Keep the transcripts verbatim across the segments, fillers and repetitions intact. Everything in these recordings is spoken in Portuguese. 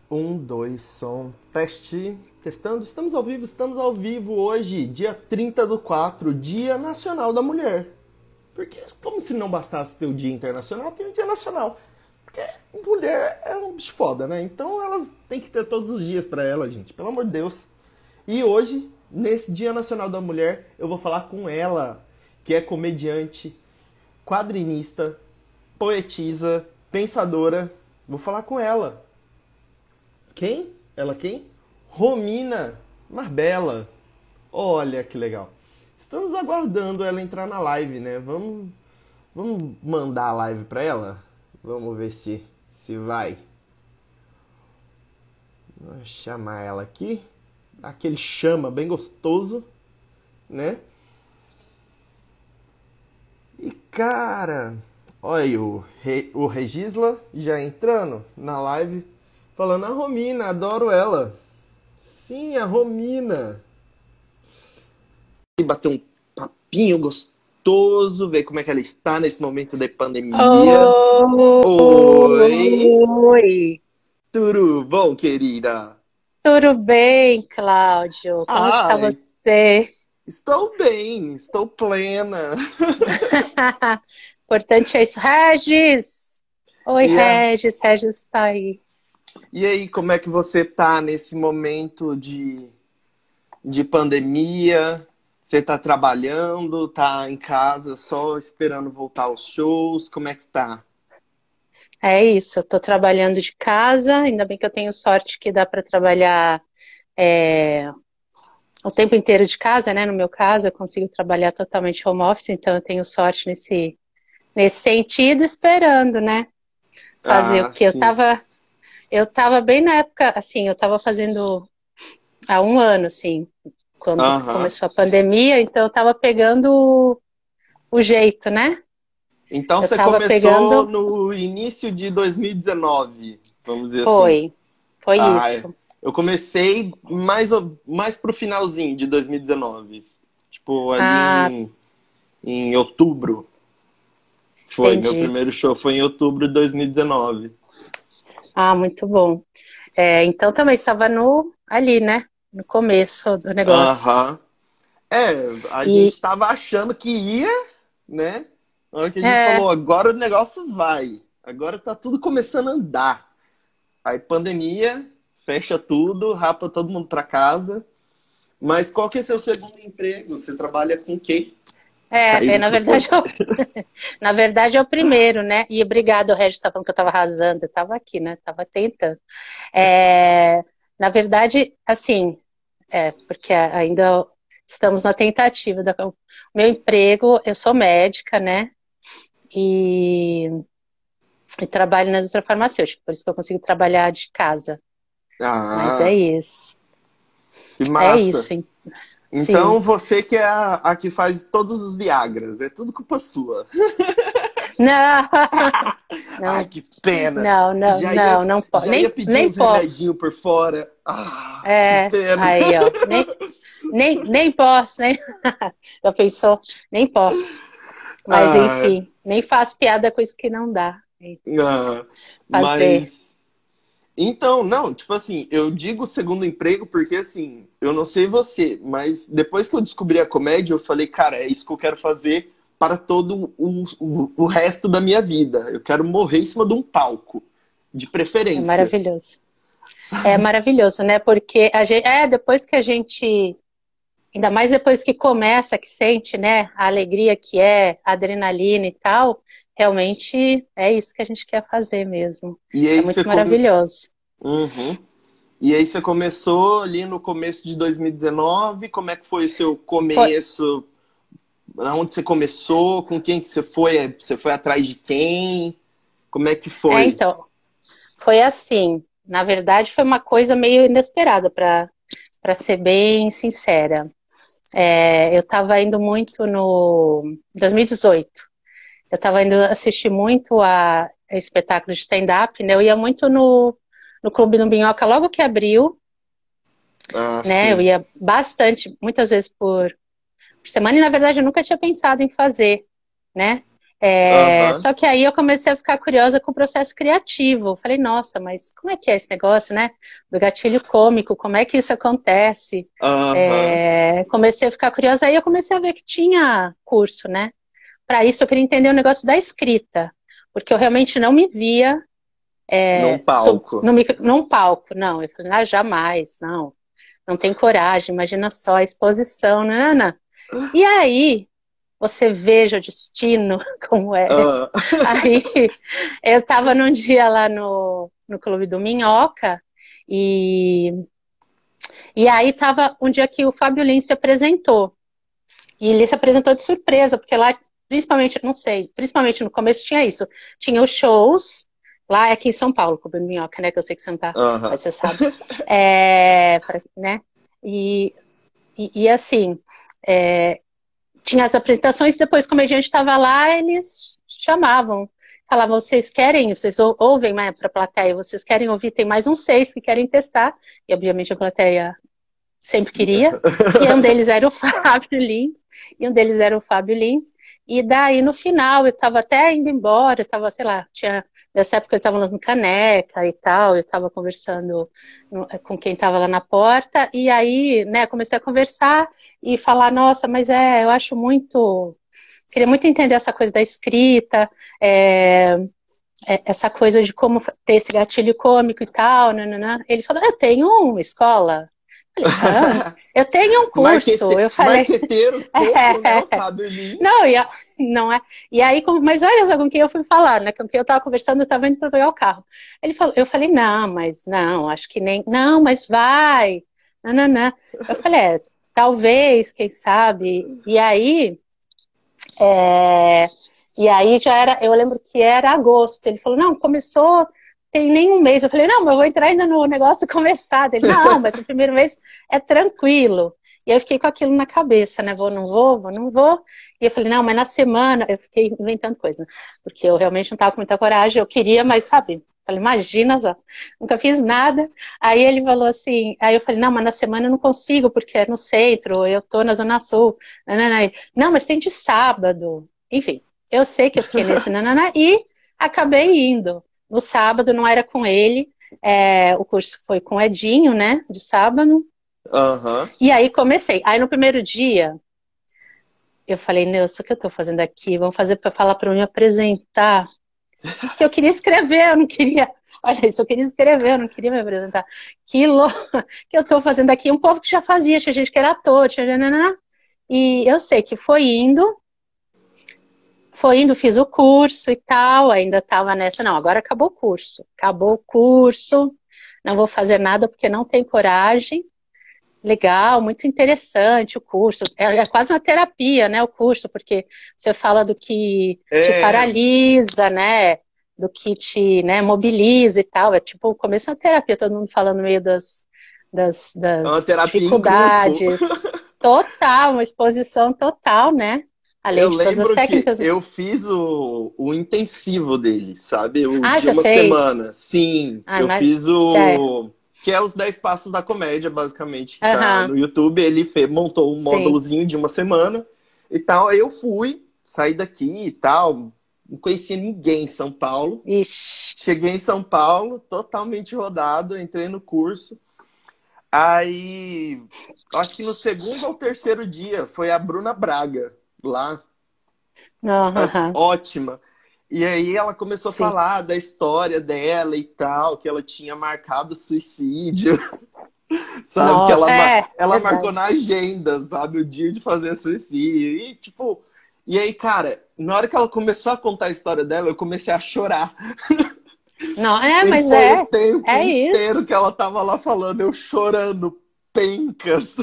Um, dois, som, teste, testando. Estamos ao vivo, estamos ao vivo hoje, dia trinta do quatro, Dia Nacional da Mulher. Porque, como se não bastasse ter o Dia Internacional, tem o Dia Nacional. Porque mulher é um bicho foda, né? Então elas têm que ter todos os dias pra ela, gente, pelo amor de Deus. E hoje, nesse Dia Nacional da Mulher, eu vou falar com ela, que é comediante, quadrinista, poetisa, pensadora. Vou falar com ela. Quem? Ela quem? Romina Marbella. Olha que legal. Estamos aguardando ela entrar na live, né? Vamos, vamos mandar a live pra ela? Vamos ver se, se vai. Vou chamar ela aqui. Aquele chama bem gostoso, né? E cara, olha aí o, Re, o Regisla já entrando na live. Falando, a Romina, adoro ela. Sim, a Romina. E bater um papinho gostoso, ver como é que ela está nesse momento da pandemia. Oi, Oi, tudo bom, querida? tudo bem, Cláudio? Como está Ai, você? estou bem, estou plena. Importante é isso. Regis! Oi, E, a, Regis. Regis está aí. e aí, como é que você tá nesse momento de, de pandemia? Você tá trabalhando, tá em casa só esperando voltar aos shows? Como é que tá? É isso, eu estou trabalhando de casa, ainda bem que eu tenho sorte que dá para trabalhar é, o tempo inteiro de casa, né? No meu caso, eu consigo trabalhar totalmente home office, então eu tenho sorte nesse, nesse sentido, esperando, né? Fazer o Ah, que eu sim. estava Eu tava bem na época, assim, eu tava fazendo há um ano, assim, quando Aham. começou a pandemia, então eu tava pegando o jeito, né? Então Eu você tava começou pegando, no início de dois mil e dezenove, vamos dizer assim. foi, foi Ah, é. isso. Eu comecei mais, ou- mais pro finalzinho de dois mil e dezenove. Tipo, ali Ah, em, em outubro. Foi, meu entendi. primeiro show foi em outubro de dois mil e dezenove. Ah, muito bom. É, então também estava no, ali, né? No começo do negócio. Aham. É, a E, gente tava achando que ia, né? Na hora que a gente é, falou, agora o negócio vai. Agora tá tudo começando a andar. Aí pandemia, fecha tudo, rapa todo mundo pra casa. Mas qual que é seu segundo emprego? Você trabalha com o quê? é, Caiu o é, na microfone. verdade, eu, na verdade é o primeiro, né? E obrigado, Regis, tá falando que eu estava arrasando, eu estava aqui, né? Tava tentando. É, na verdade, assim, é, porque ainda estamos na tentativa. Da, o meu emprego, eu sou médica, né? E, e trabalho na indústria farmacêutica, por isso que eu consigo trabalhar de casa. Mas é Ah, isso. que É massa. isso, hein? Sim. Então você que é a, a que faz todos os Viagras, é tudo culpa sua. Não, Ai, não, que pena. não, não, Já ia, não, não posso. já ia Nem, pedir nem uns posso. remedinhos por fora. Ah, que É, pena. aí, ó. Nem, nem, nem posso, nem. Já pensou? Nem posso. Mas Ah, enfim, nem faço piada com isso que não dá. ah, Fazer. mas então, não, tipo assim, eu digo segundo emprego porque assim, eu não sei você, mas depois que eu descobri a comédia, eu falei, cara, é isso que eu quero fazer para todo o, o, o resto da minha vida. Eu quero morrer em cima de um palco, de É preferência, maravilhoso. É sabe? maravilhoso, né? Porque a gente, é, depois que a gente, ainda mais depois que começa, que sente, né, a alegria que é, a adrenalina e tal, realmente é isso que a gente quer fazer mesmo. E É aí você muito come... maravilhoso. Uhum. E aí você começou ali no começo de dois mil e dezenove, como é que foi o seu Foi, começo? Onde você começou? Com quem que você foi? Você foi atrás de quem? Como é que é, foi? então, foi assim. Na verdade, foi uma coisa meio inesperada, para para ser bem sincera. É, eu estava indo muito no dois mil e dezoito. Eu estava indo assistir muito a, a espetáculo de stand-up, né? Eu ia muito no, no Clube do Minhoca logo que abriu, Ah, né? Eu sim. ia bastante, muitas vezes por, por semana, e na verdade eu nunca tinha pensado em fazer, né? É, Aham, só que aí eu comecei a ficar curiosa com o processo criativo. Falei, nossa, mas como é que é esse negócio, né? Do gatilho cômico, como é que isso acontece? aham. É, comecei a ficar curiosa, aí eu comecei a ver que tinha curso, né? Para isso eu queria entender o negócio da escrita, porque eu realmente não me via Num é, sub, palco. no, micro- num palco, não. Eu falei, ah, jamais, não. Não tem coragem, imagina só a exposição, não, não, não. E aí, você veja o destino, como é. Ah, Aí, eu estava num dia lá no, no Clube do Minhoca, e, e aí estava um dia que o Fábio Lins se apresentou. E ele se apresentou de surpresa, porque lá, principalmente, não sei, principalmente no começo tinha isso. Tinha os shows, lá é aqui em São Paulo, Clube do Minhoca, né? Que eu sei que você não tá, aham. mas você sabe. É, pra- né? E, e, e assim, é, tinha as apresentações, depois o comediante estava lá, eles chamavam, falavam, vocês querem, vocês ou- ouvem mais para a plateia, vocês querem ouvir, tem mais uns seis que querem testar, e obviamente a plateia sempre queria, e um deles era o Fábio Lins, e um deles era o Fábio Lins, e daí no final eu estava até indo embora, eu estava, sei lá, tinha, nessa época eu estava no Caneca e tal, eu estava conversando no- com quem estava lá na porta, e aí, né, comecei a conversar e falar, nossa, mas é, eu acho muito, queria muito entender essa coisa da escrita, é, é, essa coisa de como ter esse gatilho cômico e tal, nananã. Ele falou, eu tenho uma escola. Eu falei, hã? Eu tenho um curso. Marquete... Eu falei, Marqueteiro topo, né? O Fábio Lins. não, e a- não é. E aí, com- mas olha só com quem eu fui falar, né? Com quem eu tava conversando, eu tava indo para pegar o carro. Ele falou, eu falei, não, mas não, acho que nem, não, mas vai. Não, não, não. Eu falei, é, talvez, quem sabe. E aí, é, e aí já era, eu lembro que era agosto. Ele falou, não, começou, tem nem um mês. Eu falei, não, mas eu vou entrar ainda no negócio começar. Ele, não, mas no primeiro mês é tranquilo. E aí eu fiquei com aquilo na cabeça, né? Vou, não vou, vou, não vou. E eu falei, não, mas na semana, eu fiquei inventando coisa, porque eu realmente não estava com muita coragem, eu queria, mas sabe? Falei, imagina só, nunca fiz nada. Aí ele falou assim, aí eu falei, não, mas na semana eu não consigo, porque é no centro, eu tô na Zona Sul. Não, não, não. Não, mas tem de sábado. Enfim, eu sei que eu fiquei nesse nanana e acabei indo. No sábado não era com ele, é, o curso foi com o Edinho, né, de sábado. Aham. E aí comecei. Aí no primeiro dia, eu falei, Nilson, o que eu tô fazendo aqui? Vamos fazer para falar para eu me apresentar. Porque eu queria escrever, eu não queria. Olha isso, eu queria escrever, eu não queria me apresentar. Que louco que eu tô fazendo aqui. Um povo que já fazia, tinha gente que era ator, tinha... nanana. E eu sei que foi indo, foi indo, fiz o curso e tal, ainda estava nessa, não, agora acabou o curso. Acabou o curso, não vou fazer nada porque não tenho coragem. Legal, muito interessante o curso. É, é quase uma terapia, né, o curso, porque você fala do que te É, paralisa, né, do que te, né, mobiliza e tal. É tipo o começo da terapia, todo mundo falando no meio das, das, é uma das terapia em grupo. dificuldades. Total, uma exposição total, né? Além Eu de todas as lembro que técnicas. eu fiz o, o intensivo dele, sabe? O Ah, de você uma fez? semana. Sim, Ah, eu mas... fiz Sério. o. Que é os dez passos da comédia, basicamente, que tá Aham, no YouTube. Ele fe... montou um sim. módulozinho de uma semana e tal. Aí eu fui, saí daqui e tal. Não conhecia ninguém em São Paulo. Ixi. Cheguei em São Paulo, totalmente rodado, entrei no curso. Aí, acho que no segundo ou terceiro dia foi a Bruna Braga lá, Não, as- aham, ótima. E aí ela começou a sim. falar da história dela e tal, que ela tinha marcado suicídio, sabe? Que Nossa, ela, ma- é, ela marcou verdade. na agenda, sabe? O dia de fazer suicídio. E, tipo, e aí, cara, na hora que ela começou a contar a história dela, eu comecei a chorar. Não, é, E mas foi o é, tempo é inteiro que isso. ela tava lá falando, eu chorando, pencas.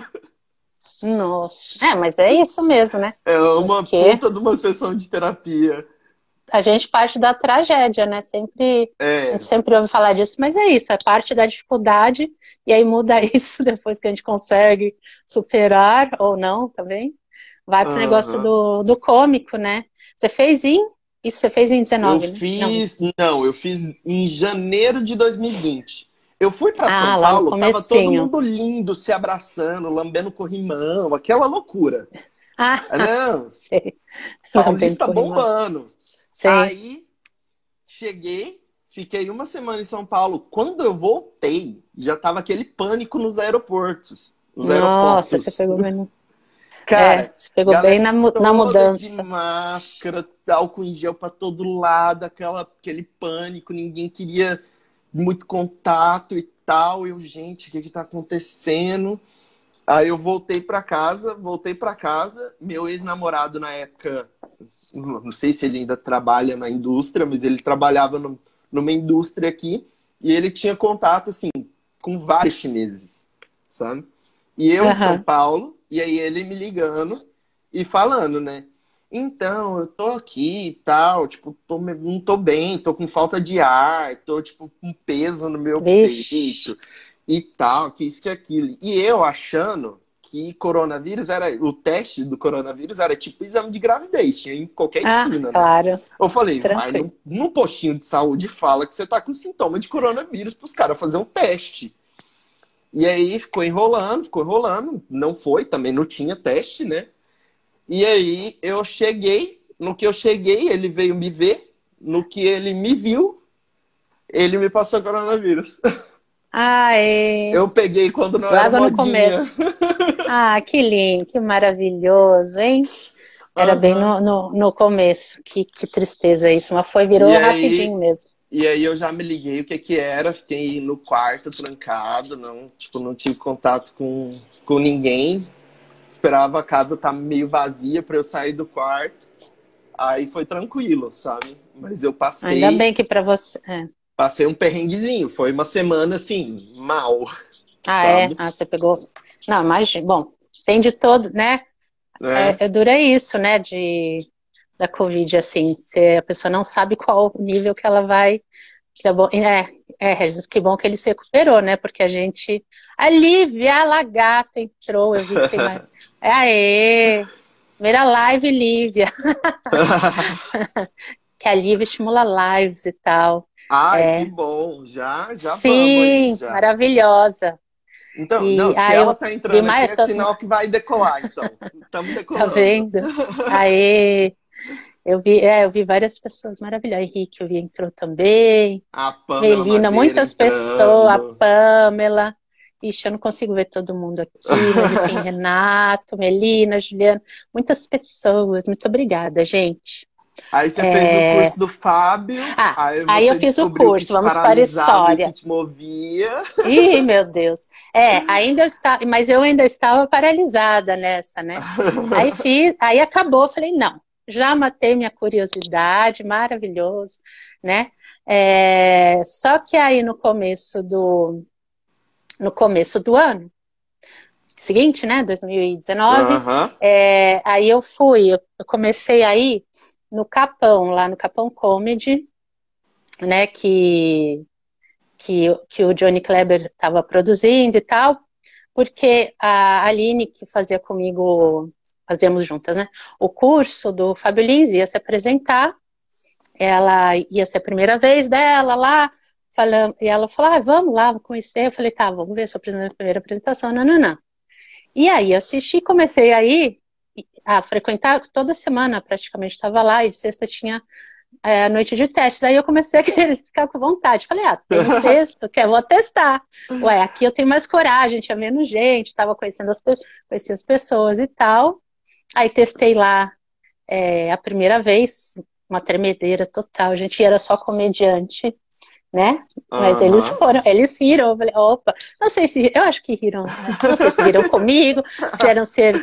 Nossa, é, mas é isso mesmo, né? É uma Porque puta de uma sessão de terapia. a gente parte da tragédia, né? Sempre, a gente É, sempre ouve falar disso, mas é isso, é parte da dificuldade, e aí muda isso depois que a gente consegue superar, ou não, também. Vai pro negócio aham. do, do cômico, né? Você fez em, isso você fez em Eu dezenove, né? Não. fiz, não, eu fiz em janeiro de dois mil e vinte. Eu fui pra São Ah, lá no Paulo, tava todo comecinho. mundo lindo, se abraçando, lambendo corrimão, aquela loucura. Ah, Ah, não, sei. Lá bem Paulista corrimão. bombando. Sei. Aí, cheguei, fiquei uma semana em São Paulo. Quando eu voltei, já tava aquele pânico nos aeroportos. Nos Nossa, você aeroportos. pegou bem, no- é, Cara, você pegou bem galera na, mu- na toda de mudança. máscara, álcool em gel pra todo lado, aquela, aquele pânico, ninguém queria muito contato e tal. Eu, gente, o que que tá acontecendo? Aí eu voltei pra casa, voltei pra casa. Meu ex-namorado na época, não sei se ele ainda trabalha na indústria, mas ele trabalhava no- numa indústria aqui e ele tinha contato assim com vários chineses, sabe? E eu em São Aham. Paulo, e aí ele me ligando e falando, né? Então, eu tô aqui e tal, tipo, tô, me- não tô bem, tô com falta de ar, tô, tipo, com peso no meu Vixe. peito e tal, que isso que aquilo. E eu achando que coronavírus era, o teste do coronavírus era tipo exame de gravidez, tinha em qualquer Ah, esquina, né? claro. Eu falei, vai Tranquilo. num, num postinho de saúde e fala que você tá com sintoma de coronavírus pros caras fazer um teste. E aí ficou enrolando, ficou enrolando, não foi, também não tinha teste, né? E aí eu cheguei, no que eu cheguei, ele veio me ver, no que ele me viu, ele me passou coronavírus. Ah, é. Eu peguei quando não era Logo no modinha. começo. Ah, que lindo, que maravilhoso, hein? Era bem Aham. no, no, no começo. Que, que tristeza isso, mas foi, E virou rapidinho aí, mesmo. e aí eu já me liguei o que que era, fiquei no quarto trancado, não, tipo, não tive contato com, com ninguém. Esperava a casa estar meio vazia para eu sair do quarto. Aí foi tranquilo, sabe? Mas eu Ainda passei, bem que para você. É. passei um perrenguezinho. Foi uma semana assim, mal, Ah, é? sabe? Ah, você pegou. Não, imagina. Bom, tem de todo, né? É. É, é dura isso, né? De, da Covid, assim. Se a pessoa não sabe qual o nível que ela vai. Que bom, é, é, Regis, que bom que ele se recuperou, né? Porque a gente. A Lívia, a Lagarta entrou, eu vi que tem mais. É, aê! Primeira live, Lívia. Que a Lívia estimula lives e tal. Ai, que É, bom. Já, já vamos aí, sim, já. maravilhosa. Então, E não, se aí ela eu tá vi entrando aqui mais. é tô- sinal que vai decolar, então. Estamos Tá decolando. vendo? Aí eu vi, é, eu vi várias pessoas maravilhosas. Henrique, eu vi, entrou também. A Pamela Melina, Madeira muitas pessoas, a entrando. Pamela. Ixi, eu não consigo ver todo mundo aqui, mas enfim, Renato, Melina, Juliana, muitas pessoas. Muito obrigada, gente. Aí você fez o É, curso do Fábio, Ah, aí aí eu você fiz o descobriu o que curso, te vamos para a paralisava e o que história. te movia. Ih, meu Deus. É, ainda está, mas eu ainda estava paralisada nessa, né? Aí fiz, aí acabou, falei, não, já matei minha curiosidade, maravilhoso, né? É, só que aí no começo do, no começo do ano seguinte, né, dois mil e dezenove, Aham. é, aí eu fui, eu eu comecei aí no Capão, lá no Capão Comedy, né, que que, que o Johnny Kleber estava produzindo e tal, porque a Aline, que fazia comigo, fazíamos juntas, né? O curso do Fábio Lins ia se apresentar, ela ia ser a primeira vez dela lá, falando, e ela falou, ah, vamos lá, vou conhecer. Eu falei, tá, vamos ver a sua primeira apresentação, não, não, não. E aí assisti, comecei aí a frequentar toda semana, praticamente estava lá, e sexta tinha é, a noite de testes. Aí eu comecei a querer ficar com vontade. Falei, ah, tem um texto que eu vou testar. Ué, aqui eu tenho mais coragem, tinha menos gente, estava conhecendo as, conheci as pessoas e tal. Aí testei lá é, a primeira vez, uma tremedeira total. A gente era só comediante, né? Mas eles Aham. foram, eles riram. Eu falei, opa, não sei se, eu acho que riram, né? Não sei se riram comigo, quiseram ser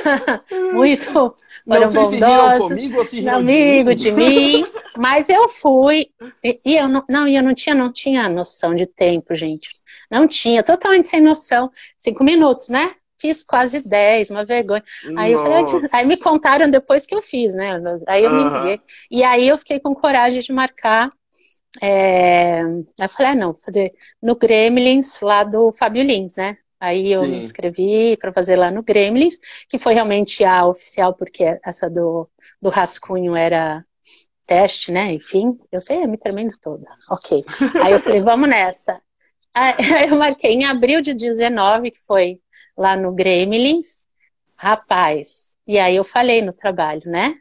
muito, Não foram sei se riram bondosos, comigo ou se meu riram de amigo mim. de mim, mas eu fui, e, e eu não, não, e eu não tinha, não tinha noção de tempo, gente. Não tinha, totalmente sem noção. Cinco minutos, né? Fiz quase dez, uma vergonha. Aí eu falei, Nossa. aí me contaram depois que eu fiz, né? Aí eu me Aham. liguei. E aí eu fiquei com coragem de marcar. É... Aí eu falei, ah, não, vou fazer no Gremlins, lá do Fábio Lins, né? Aí eu me Sim. inscrevi para fazer lá no Gremlins, que foi realmente a oficial, porque essa do, do rascunho era teste, né? Enfim, eu sei, eu me tremendo toda. Ok. Aí eu falei, vamos nessa. Aí eu marquei em abril de dezenove, que foi lá no Gremlins. Rapaz, e aí eu falei no trabalho, né?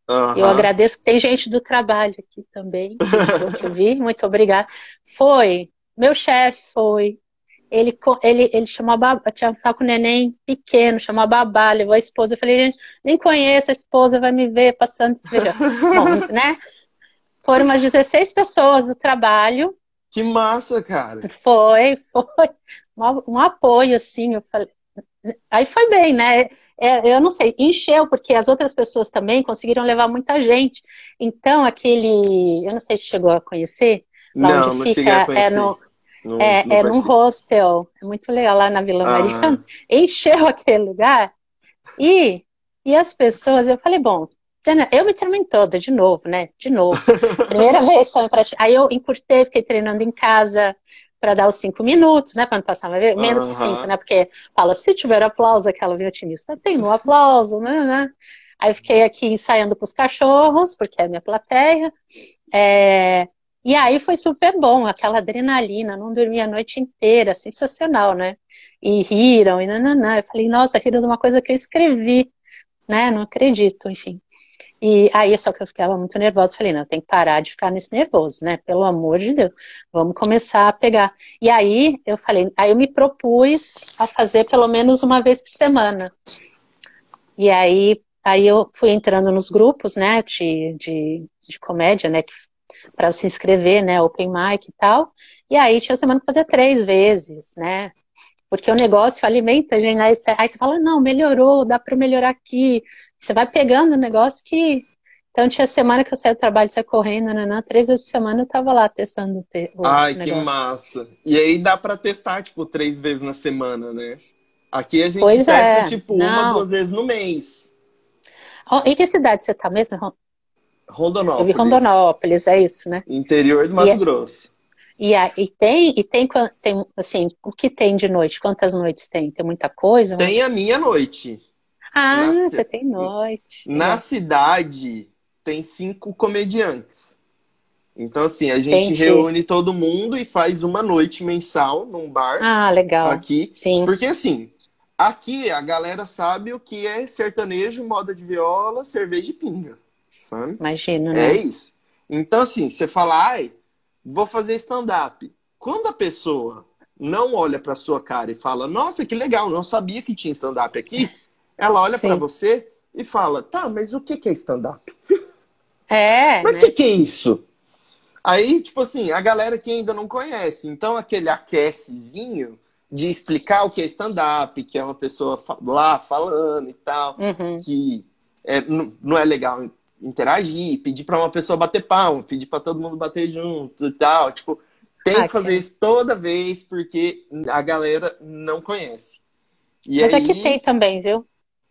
Eu Aham. agradeço que tem gente do trabalho aqui também, que falou que eu vi, muito obrigada. Foi, meu chefe foi. Ele, co- ele, ele chamou a babá, tinha um com o neném pequeno, chamou a babá, levou a esposa. Eu falei, gente, nem conheço a esposa, vai me ver passando esse feijão. Bom, né? Foram umas dezesseis pessoas do trabalho. Que massa, cara. Foi, foi um, um apoio, assim. Eu falei, aí foi bem, né? É, eu não sei, encheu, porque as outras pessoas também conseguiram levar muita gente. Então, aquele, eu não sei se chegou a conhecer, lá onde Não, não cheguei a fica, é no, conhecer. Não, não é, é num conheci. hostel, é muito legal, lá na Vila Ah, Mariana. Encheu aquele lugar e, e as pessoas, eu falei, bom, Jana, eu me tremendo toda, de novo, né? De novo. Primeira vez que eu pratico. Aí eu encurtei, fiquei treinando em casa para dar os cinco minutos, né? Para não passar mais ve- menos que cinco, aham. né? Porque fala, se tiver aplauso, aquela vinha otimista, tem no aplauso, né? né? Aí eu fiquei aqui ensaiando para os cachorros, porque é a minha plateia. É, E aí foi super bom, aquela adrenalina, não dormi a noite inteira, sensacional, né? E riram, e nananã. Eu falei, nossa, riram de uma coisa que eu escrevi, né? Não acredito, enfim. E aí, só que eu ficava muito nervosa. Falei, não, eu tenho que parar de ficar nesse nervoso, né? Pelo amor de Deus, vamos começar a pegar. E aí, eu falei, aí eu me propus a fazer pelo menos uma vez por semana. E aí, aí eu fui entrando nos grupos, né, de, de, de comédia, né, para se inscrever, né, open mic e tal. E aí tinha semana que fazer três vezes, né? Porque o negócio alimenta a gente, aí você, aí você fala, não, melhorou, dá para melhorar aqui. Você vai pegando o negócio que. Então tinha semana que eu saía do trabalho, saía correndo, né, né, três vezes por semana eu tava lá testando o te- o Ai, que negócio. massa. E aí dá pra testar, tipo, três vezes na semana, né? Aqui a gente Pois testa, é, tipo, uma, não. duas vezes no mês. Ó, em que cidade você tá mesmo? Ron- Eu vi Rondonópolis, Rondonópolis, é isso, né? interior do E, Mato é- Grosso. e, a- e tem, e tem, quan- tem, assim, o que tem de noite? Quantas noites tem? Tem muita coisa? Tem a minha noite. Ah, Na, você ci- tem noite. na Legal. cidade tem cinco comediantes. Então, assim, a gente Entendi. reúne todo mundo e faz uma noite mensal num bar Ah, legal. aqui. Sim, Porque, assim, aqui a galera sabe o que é sertanejo, moda de viola, cerveja e pinga, sabe? imagino, É né? isso. Então, assim, você fala, ai, vou fazer stand-up. Quando a pessoa não olha pra sua cara e fala, nossa, que legal, não sabia que tinha stand-up aqui, ela olha pra Sim. você e fala, tá, mas o que que é stand-up? É, Mas o que né? que é isso? Aí, tipo assim, a galera que ainda não conhece. Então, aquele aquecezinho de explicar o que é stand-up, que é uma pessoa fa- lá falando e tal, Uhum. que é, n- não é legal interagir, pedir pra uma pessoa bater palma, pedir pra todo mundo bater junto e tal. Tipo, tem Ah, que que... fazer isso toda vez porque a galera não conhece. E Mas aqui tem aí, também, viu?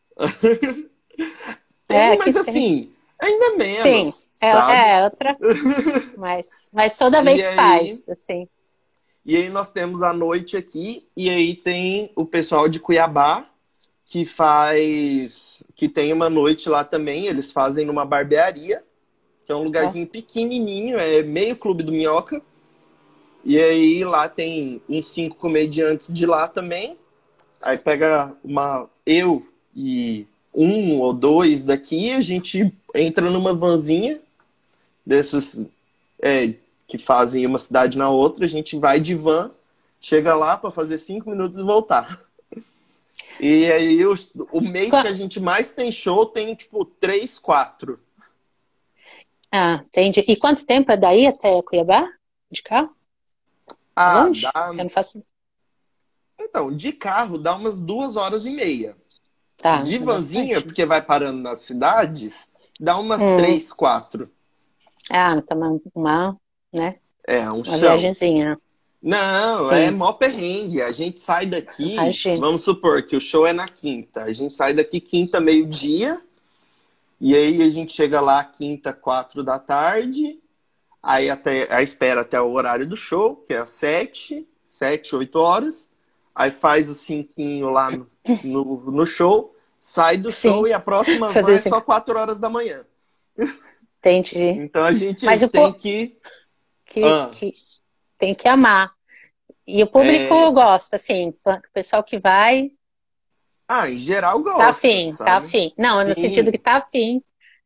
É, tem, aqui mas tem. assim, ainda Sim, menos, é, sabe? é outra, mas, mas toda E vez aí, faz, assim. E aí nós temos a noite aqui, e aí tem o pessoal de Cuiabá, que faz. Que tem uma noite lá também, eles fazem numa barbearia, que é um Ó. lugarzinho pequenininho, é meio Clube do Minhoca. E aí lá tem uns cinco comediantes de lá também. Aí pega uma. Eu e um ou dois daqui, a gente entra numa vanzinha dessas é, que fazem uma cidade na outra, a gente vai de van, chega lá para fazer cinco minutos e voltar. E aí o, o mês que Qua- a gente mais tem show tem tipo três, quatro. Ah, entendi. E quanto tempo é daí até Cuiabá? De carro? É Ah, longe? dá. Eu não faço. Então, de carro dá umas duas horas e meia. Tá, De é vanzinha, bastante, né? porque vai parando nas cidades, dá umas Hum. três, quatro. Ah, tá uma, uma, né? É, um Uma chão. viagenzinha. Não, é Sim, mó perrengue. A gente sai daqui, imagino. vamos supor que o show é na quinta. A gente sai daqui quinta, meio-dia, e aí a gente chega lá quinta, quatro da tarde, aí até a espera até o horário do show, que é às sete, sete, oito horas. Aí faz o cinquinho lá no, no, no show, sai do show Sim, e a próxima van fazer é assim. só quatro horas da manhã. Entendi. Então a gente Mas o tem po- que. que, Ah, que tem que amar. E o público é... gosta, assim, o pessoal que vai ah, em geral tá gosta, afim, tá sabe? afim. Não, no sentido que Sim. tá afim.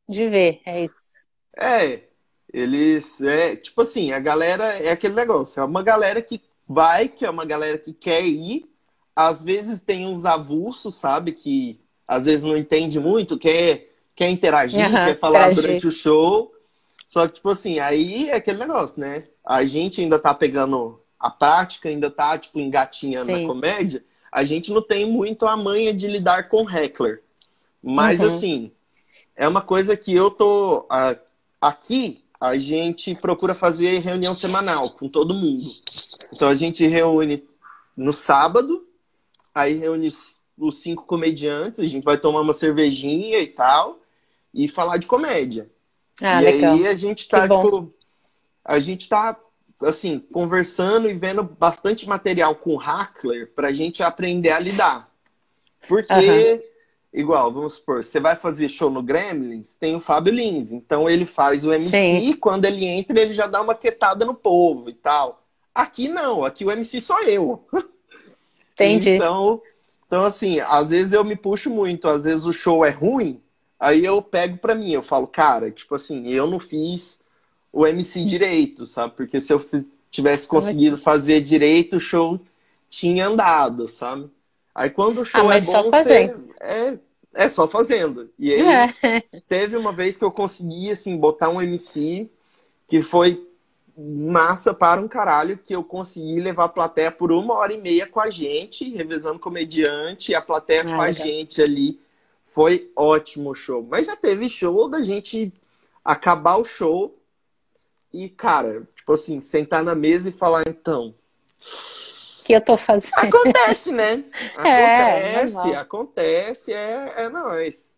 de ver, é isso. É, eles, é, tipo assim, a galera é aquele negócio, é uma galera que vai, que é uma galera que quer ir, às vezes tem uns avulsos, sabe, que às vezes não entende muito, quer, quer interagir, Aham, quer falar interagir. durante o show, só que, tipo assim, aí é aquele negócio, né? A gente ainda tá pegando a prática, ainda tá, tipo, engatinhando na Sim. comédia, a gente não tem muito a manha de lidar com heckler. Mas, Uhum. assim, é uma coisa que eu tô. a- Aqui, a gente procura fazer reunião semanal com todo mundo. Então, a gente reúne no sábado, aí reúne os os cinco comediantes, a gente vai tomar uma cervejinha e tal, e falar de comédia. Ah, E aí legal. a gente Que tá, bom. tipo, a gente tá, assim, conversando e vendo bastante material com o Hackler pra gente aprender a lidar. Aham. Porque, igual, vamos supor, você vai fazer show no Gremlins, tem o Fábio Lins. Então ele faz o Sim, M C, quando ele entra, ele já dá uma quietada no povo e tal. Aqui não, aqui o M C sou eu. entendi. Então, então assim, às vezes eu me puxo muito, às vezes o show é ruim, aí eu pego pra mim, eu falo, cara, tipo assim, eu não fiz o M C direito, sabe? Porque se eu fiz- tivesse conseguido fazer direito, o show tinha andado, sabe? Aí quando o Ah, show é mas só bom, fazendo. você é, é só fazendo. E aí É. teve uma vez que eu consegui assim botar um M C que foi massa para um caralho, que eu consegui levar a plateia por uma hora e meia com a gente, revezando comediante, e a plateia com Ah, a legal. gente ali. Foi ótimo o show. Mas já teve show da gente acabar o show e, cara, tipo assim, sentar na mesa e falar, então. O que eu tô fazendo? Acontece, né? É, Acontece, normal. acontece, é, é nóis.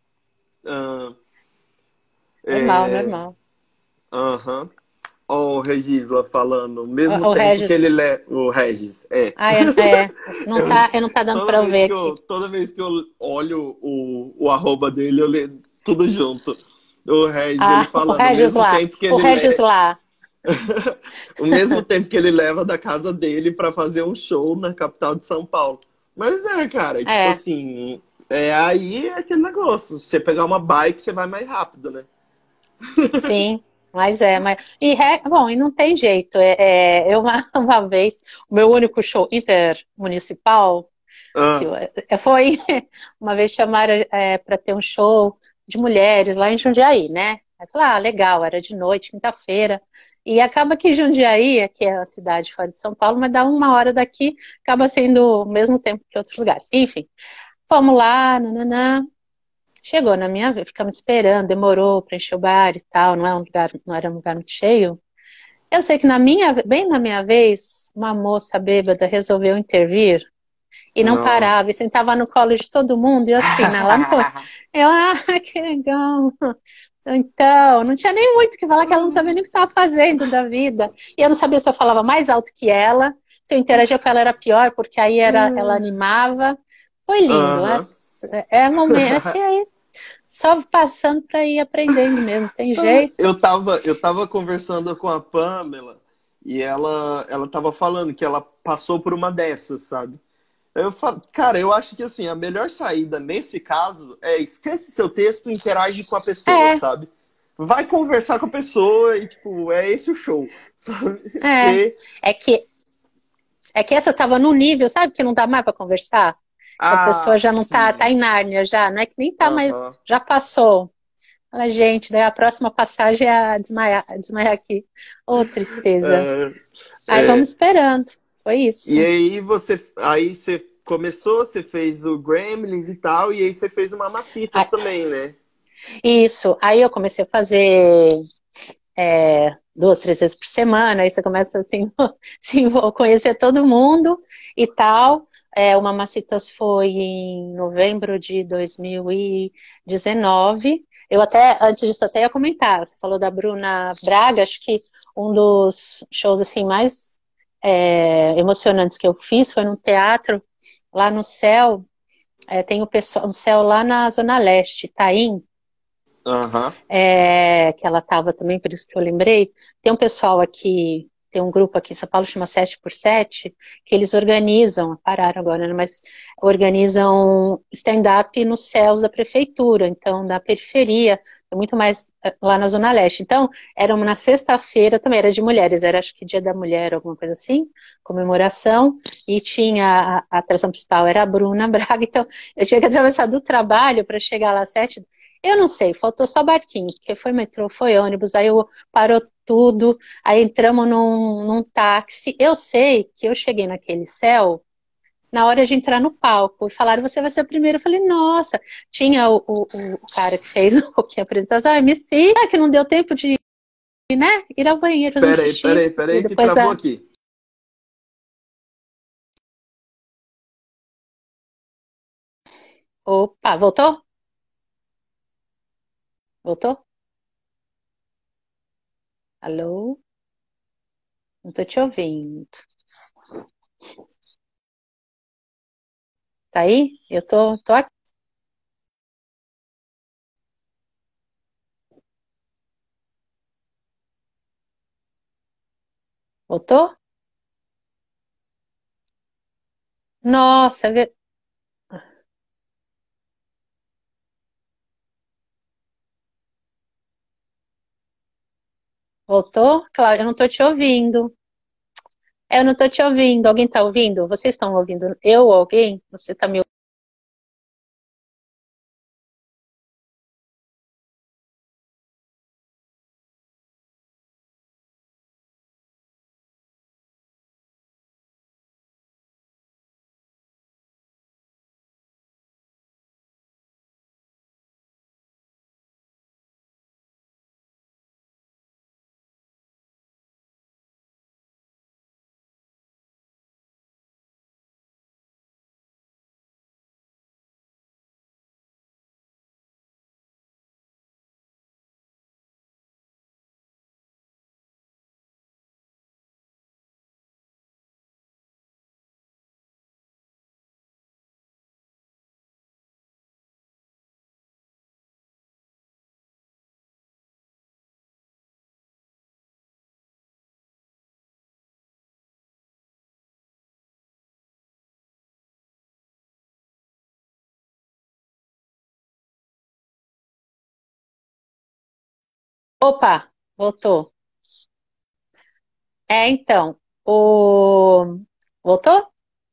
Ah, Normal, é, normal. aham. Ó, o Regisla falando, mesmo O, o tempo que Regis. ele le... O Regis, é. Ah, é, é. Não Eu- tá, não tá dando toda pra eu vez ver que eu, aqui. toda vez que eu olho o, o arroba dele, eu leio tudo junto. O Regis, ele Ah, o falando, o Regis mesmo lá. tempo que O ele Regis le... lá. o mesmo tempo que ele leva da casa dele pra fazer um show na capital de São Paulo. Mas é, cara, tipo É, assim, é aí é aquele negócio. Se você pegar uma bike, você vai mais rápido, né? sim. Mas é, mas. E, re- bom, e não tem jeito. É, é, eu, uma, uma vez, o meu único show intermunicipal. Se Ah, eu- é, Foi uma vez chamaram para ter um show de mulheres lá em Jundiaí, né? Aí eu falei, ah, legal, era de noite, quinta-feira. E acaba que Jundiaí, que é a cidade fora de São Paulo, mas dá uma hora daqui, acaba sendo o mesmo tempo que outros lugares. Enfim, fomos lá, nananã. Chegou na minha vez, ficamos esperando, demorou para encher o bar e tal, não é um lugar, não era um lugar muito cheio. Eu sei que na minha, bem na minha vez, uma moça bêbada resolveu intervir e não não. parava, e sentava no colo de todo mundo, e eu assim, né, lá no... Eu, ah, que legal. Então, não tinha nem muito o que falar, que ela não sabia nem o que estava fazendo da vida. E eu não sabia se eu falava mais alto que ela, se eu interagia com ela era pior, porque aí era, ela animava. Foi lindo. Aham. Mas é é momento, é que aí só passando para ir aprendendo mesmo, tem jeito. Eu tava, eu tava conversando com a Pamela e ela, ela tava falando que ela passou por uma dessas, sabe? Eu falo, cara, eu acho que assim, a melhor saída nesse caso é esquece seu texto e interage com a pessoa, É, sabe? Vai conversar com a pessoa e, tipo, é esse o show, sabe? é. Porque, É que, é que essa tava num nível, sabe, que não dá mais para conversar? Que a pessoa ah, já não tá, tá sim, em Nárnia já, não é que nem tá, mas aham, já passou. Fala, gente, daí a próxima passagem é a desmaiar, a desmaiar aqui. Ô, tristeza. é, Aí vamos é. esperando. Foi E isso. aí você, aí você começou, você fez o Gremlins e tal, e aí você fez o Mamacitas Aí- também, né? Isso. Aí eu comecei a fazer é, duas, três vezes por semana. Aí você começa assim, se envol- conhecer todo mundo e tal. É, o Mamacitas foi em novembro de dois mil e dezenove. Eu até, antes disso, até ia comentar. Você falou da Bruna Braga, acho que um dos shows assim mais é, emocionantes que eu fiz foi no teatro, lá no Céu. É, tem o pessoal, um céu lá na Zona Leste, Itaim, Aham. é, que ela estava também, por isso que eu lembrei. Tem um pessoal aqui tem um grupo aqui em São Paulo, chama sete por sete, que eles organizam, pararam agora, né, mas organizam stand-up nos céus da prefeitura, então, da periferia, é muito mais eh, lá na Zona Leste. Então, era uma na sexta-feira, também era de mulheres, era acho que Dia da Mulher, alguma coisa assim, comemoração, e tinha, a, a atração principal era a Bruna Braga, então, eu tinha que atravessar do trabalho para chegar lá às sete. Eu não sei, faltou só barquinho, porque foi metrô, foi ônibus, aí eu, parou tudo, aí entramos num, num táxi. Eu sei que eu cheguei naquele céu na hora de entrar no palco, e falaram, você vai ser o primeiro. Eu falei, nossa, tinha o, o, o cara que fez um pouquinho a apresentação, a M C, que não deu tempo de, né, ir ao banheiro, fazer um Peraí, xixi, peraí, e peraí, que depois travou da... aqui. Opa, voltou? Voltou? Alô? Não tô te ouvindo. Tá aí? Eu tô, tô aqui. Voltou? Nossa, é ver- voltou? Cláudia, eu não tô te ouvindo. Eu não tô te ouvindo. Alguém tá ouvindo? Vocês estão ouvindo? Eu ou alguém? Você tá me Opa, voltou. É, então, o... Voltou?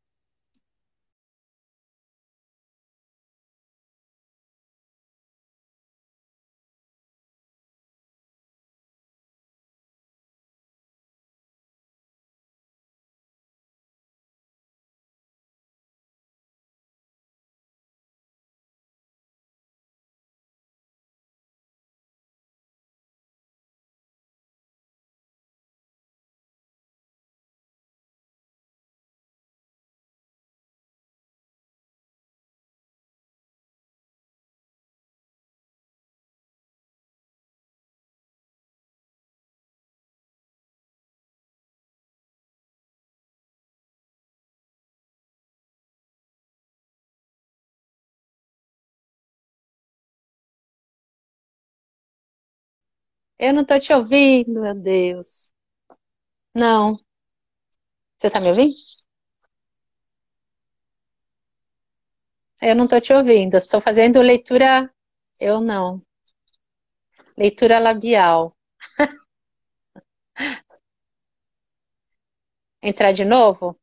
Eu não tô te ouvindo, meu Deus. Não. Você tá me ouvindo? Eu não tô te ouvindo. Eu estou fazendo leitura. Eu não. Leitura labial. Entrar de novo?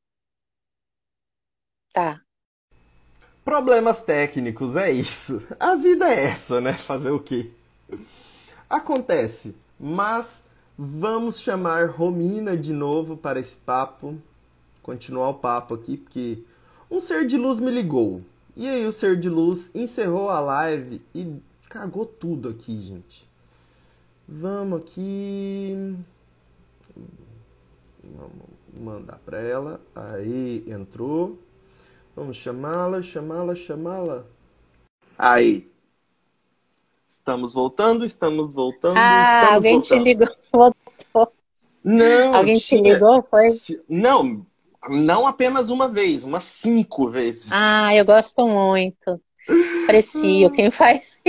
Tá. Problemas técnicos, é isso. A vida é essa, né? Fazer o quê? Acontece, mas vamos chamar Romina de novo para esse papo. Continuar o papo aqui, porque um ser de luz me ligou. E aí o ser de luz encerrou a live e cagou tudo aqui, gente. Vamos aqui. Vamos mandar para ela. Aí, entrou. Vamos chamá-la, chamá-la, chamá-la. Aí. Estamos voltando, estamos voltando, Ah, estamos alguém te voltando. ligou. Voltou. Não, Alguém te tinha. ligou, foi? Não, não apenas uma vez, umas cinco vezes. Ah, eu gosto muito. Aprecio quem faz isso.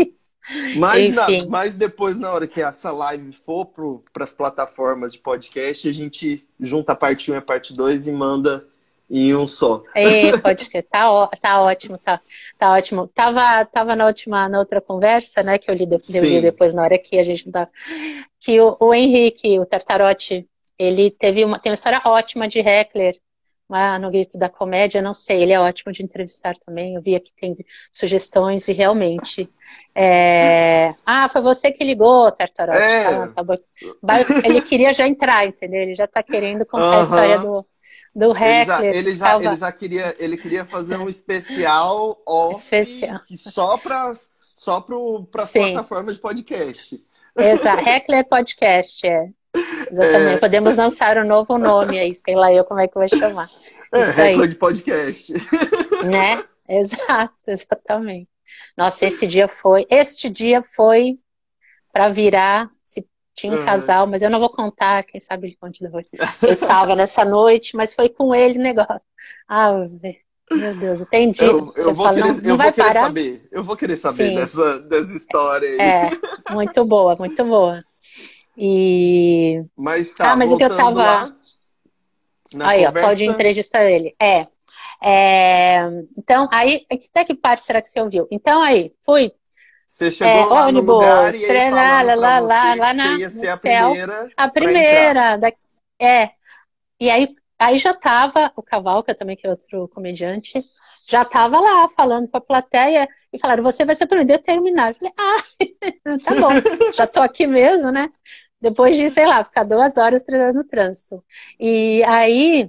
Mas, na, Enfim. mas depois, na hora que essa live for para as plataformas de podcast, a gente junta a parte um e a parte dois e manda em um só. E pode que tá, ó- tá ótimo, tá, tá ótimo. Tava, tava na última, na outra conversa, né, que eu li, de- eu li Sim. depois na hora que a gente não tá, que o, o Henrique, o Tartarotti, ele teve uma, tem uma história ótima de heckler, lá no Grito da Comédia, não sei, ele é ótimo de entrevistar também, eu vi aqui tem sugestões e realmente, é... ah, foi você que ligou, Tartarotti, tá, É. tá bom. Vai- ele queria já entrar, entendeu? Ele já tá querendo contar a história Aham. do, do Ele já, heckler, ele que já, ele tava já queria, ele queria fazer um especial off especial. que só para só para as Sim, plataformas de podcast. exato. Heckler Podcast, é. Exatamente. É, Podemos lançar um novo nome aí, sei lá eu como é que vai chamar. é Isso recorde aí, de podcast. né? Exato, exatamente. Nossa, esse dia foi, este dia foi para virar, se tinha um Aham. casal, mas eu não vou contar, quem sabe ele conte depois. Eu estava nessa noite, mas foi com ele o negócio. Ah, meu Deus, entendi. Eu, eu Você vou fala, não, querer, não eu vou vai querer parar? saber. Eu vou querer saber Sim, dessa, dessa história aí. é, muito boa, muito boa. E Mas tá, ah, mas o que eu voltando tava. lá na Aí, ó, Claudinho conversa, entrevista ele. É. É, então, aí, até que parte será que você ouviu? Então, aí, fui, você é, chegou lá no lugar ônibus, e aí treinar, falaram lá, pra lá, lá, você lá que você na, ia no ser a céu, primeira a pra entrar. primeira, da, é, e aí, aí já tava o Cavalca também, que é outro comediante, já tava lá falando com a plateia e falaram, você vai ser a primeira a terminar. Eu falei, ah, tá bom, já tô aqui mesmo, né? Depois de, sei lá, ficar duas horas treinando no trânsito. E aí,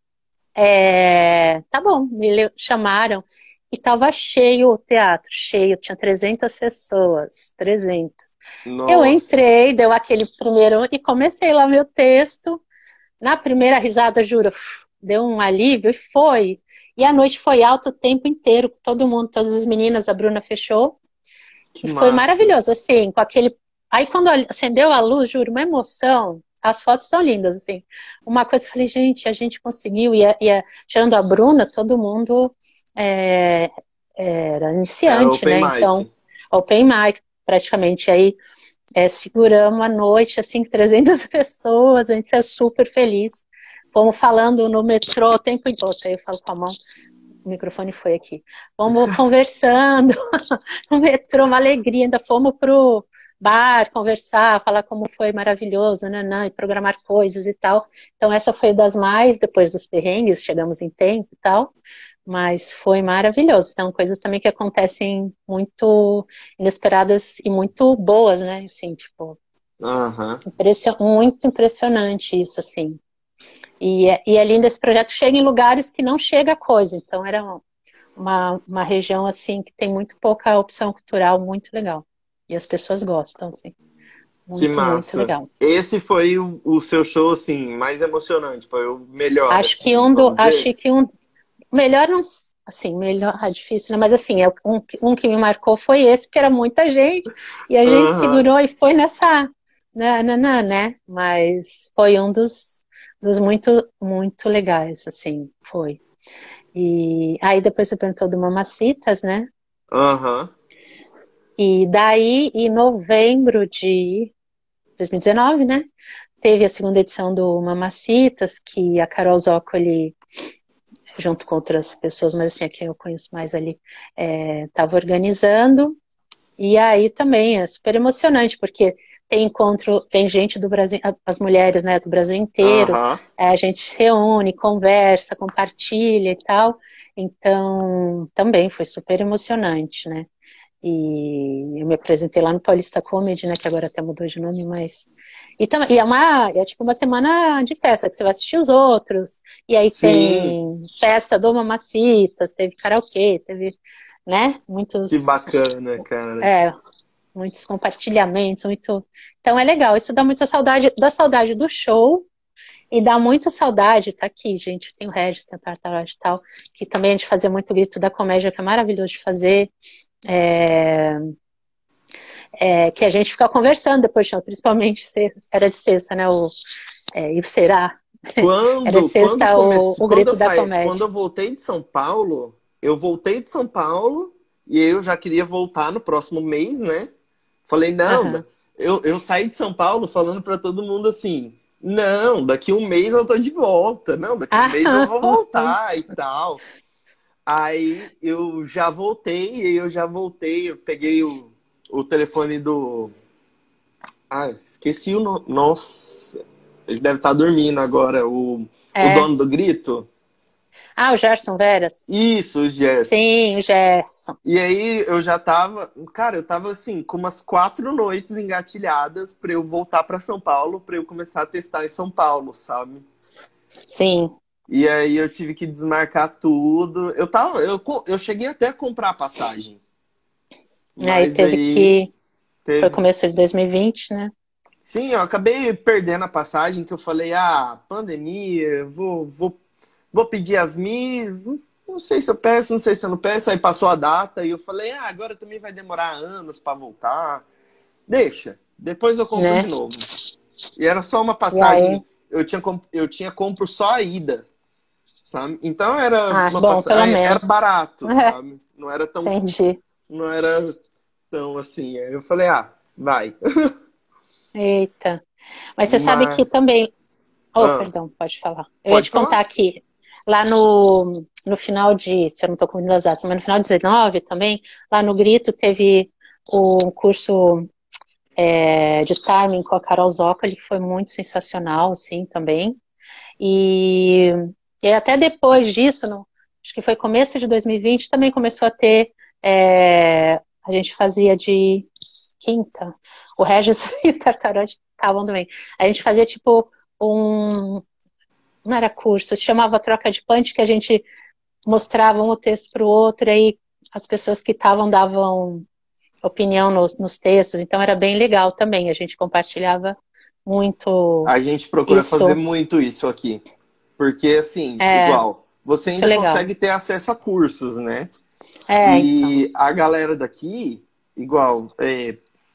é, tá bom, me le- chamaram e tava cheio o teatro, cheio, tinha trezentas pessoas, trezentas. Eu Nossa, entrei, deu aquele primeiro e comecei lá meu texto. Na primeira risada, juro, uf, deu um alívio e foi. E a noite foi alta o tempo inteiro, todo mundo, todas as meninas, a Bruna fechou. que E foi massa. maravilhoso, assim, com aquele. Aí quando acendeu a luz, juro, uma emoção. As fotos são lindas, assim. Uma coisa, eu falei, gente, a gente conseguiu. E, a, e a, tirando a Bruna, todo mundo é, era Era iniciante, open né? Então, mic. open mic, praticamente. Aí é, seguramos a noite, assim, trezentas pessoas, a gente saiu super feliz. Fomos falando no metrô o tempo inteiro. Aí eu falo com a mão, o microfone foi aqui. Vamos conversando no metrô, uma alegria. Ainda fomos pro bar conversar, falar como foi maravilhoso, né, né, e programar coisas e tal. Então essa foi das mais, depois dos perrengues, chegamos em tempo e tal, mas foi maravilhoso. Então coisas também que acontecem muito inesperadas e muito boas, né, assim, tipo, Aham. impression, muito impressionante isso, assim. E, é- e é lindo esse projeto, chega em lugares que não chega a coisa, então era uma, uma região assim que tem muito pouca opção cultural, muito legal. E as pessoas gostam, assim. Que Muito, muito massa. legal. Esse foi o, o seu show, assim, mais emocionante. Foi o melhor, Acho que assim, um do, vamos acho dizer? que um melhor não, assim, melhor, ah, difícil, né? Mas assim, é um, um que me marcou foi esse, porque era muita gente e a gente Aham. segurou e foi nessa, né, né, né, né? Mas foi um dos, dos muito, muito legais, assim, foi. E aí depois você perguntou do Mamacitas, né? Aham. E daí, em novembro de dois mil e dezenove, né? Teve a segunda edição do Mamacitas, que a Carol Zócoli, junto com outras pessoas, mas assim, a quem eu conheço mais ali, estava organizando. E aí também é super emocionante, porque tem encontro, vem gente do Brasil, as mulheres, né, do Brasil inteiro, Aham. é, a gente se reúne, conversa, compartilha e tal. Então, também foi super emocionante, né? E eu me apresentei lá no Paulista Comedy, né, que agora até mudou de nome, mas... E, tam... e é uma, é tipo uma semana de festa, que você vai assistir os outros, e aí Sim, tem festa do Mamacitas, teve karaokê, teve, né, que muitos, bacana, cara. é, muitos compartilhamentos, muito... Então é legal, isso dá muita saudade, dá saudade do show, e dá muita saudade, tá aqui, gente, tem o Regis, tem o Tartaruga e tal, que também a gente fazia muito grito da comédia, que é maravilhoso de fazer, é, é, que a gente fica conversando depois, principalmente se era de sexta, né? O, é, e será? Era de Quando, quando sexta o, comecei, o quando eu grito da saí, quando comédia. eu voltei de São Paulo, eu voltei de São Paulo e eu já queria voltar no próximo mês, né? Falei, não, Aham. eu, eu saí de São Paulo falando pra todo mundo assim, não, daqui um mês eu tô de volta, não, daqui um mês eu vou Aham. voltar e tal. Aí eu já voltei, e eu já voltei, eu peguei o, o telefone do... Ah, esqueci o nome. Nossa, ele deve estar dormindo agora, o, o É. dono do grito. Ah, o Gerson Veras? Isso, o Gerson. Sim, o Gerson. E aí eu já tava, cara, eu tava assim, com umas quatro noites engatilhadas pra eu voltar pra São Paulo, pra eu começar a testar em São Paulo, sabe? Sim. E aí eu tive que desmarcar tudo. Eu tava, eu, co- eu cheguei até a comprar a passagem, Aí mas teve aí que. Foi teve. começo de dois mil e vinte, né? Sim, eu acabei perdendo a passagem que eu falei, ah, pandemia, vou, vou, vou pedir as milhas, não sei se eu peço, não sei se eu não peço. Aí passou a data e eu falei, ah, agora também vai demorar anos pra voltar. Deixa, depois eu compro de Né? novo. E era só uma E aí? passagem, eu tinha, comp- eu tinha compro só a ida, sabe? Então era Ah, uma bom, pelo passagem, era menos. barato, sabe? Não era tão, Entendi. não era tão assim. Aí eu falei, ah, vai. Eita. Mas você sabe que Mas, também. Oh, ah, perdão, pode falar. Eu ia pode te falar? contar aqui, lá no, no final de, se eu não estou contando as datas, mas no final de dezenove também, lá no Grito teve o curso é, de timing com a Carol Zócoli, que foi muito sensacional, assim, também. E, e até depois disso, no, acho que foi começo de dois mil e vinte, também começou a ter, é, a gente fazia de quinta, o Regis e o Tartarote estavam também. A gente fazia tipo um, não era curso, se chamava troca de punch, que a gente mostrava um o texto para o outro, e aí as pessoas que estavam davam opinião nos, nos textos, então era bem legal também, a gente compartilhava muito A gente procura fazer isso, muito isso aqui. Porque, assim, é igual, você muito ainda legal. consegue ter acesso a cursos, né? É, então. E a galera daqui, igual, é,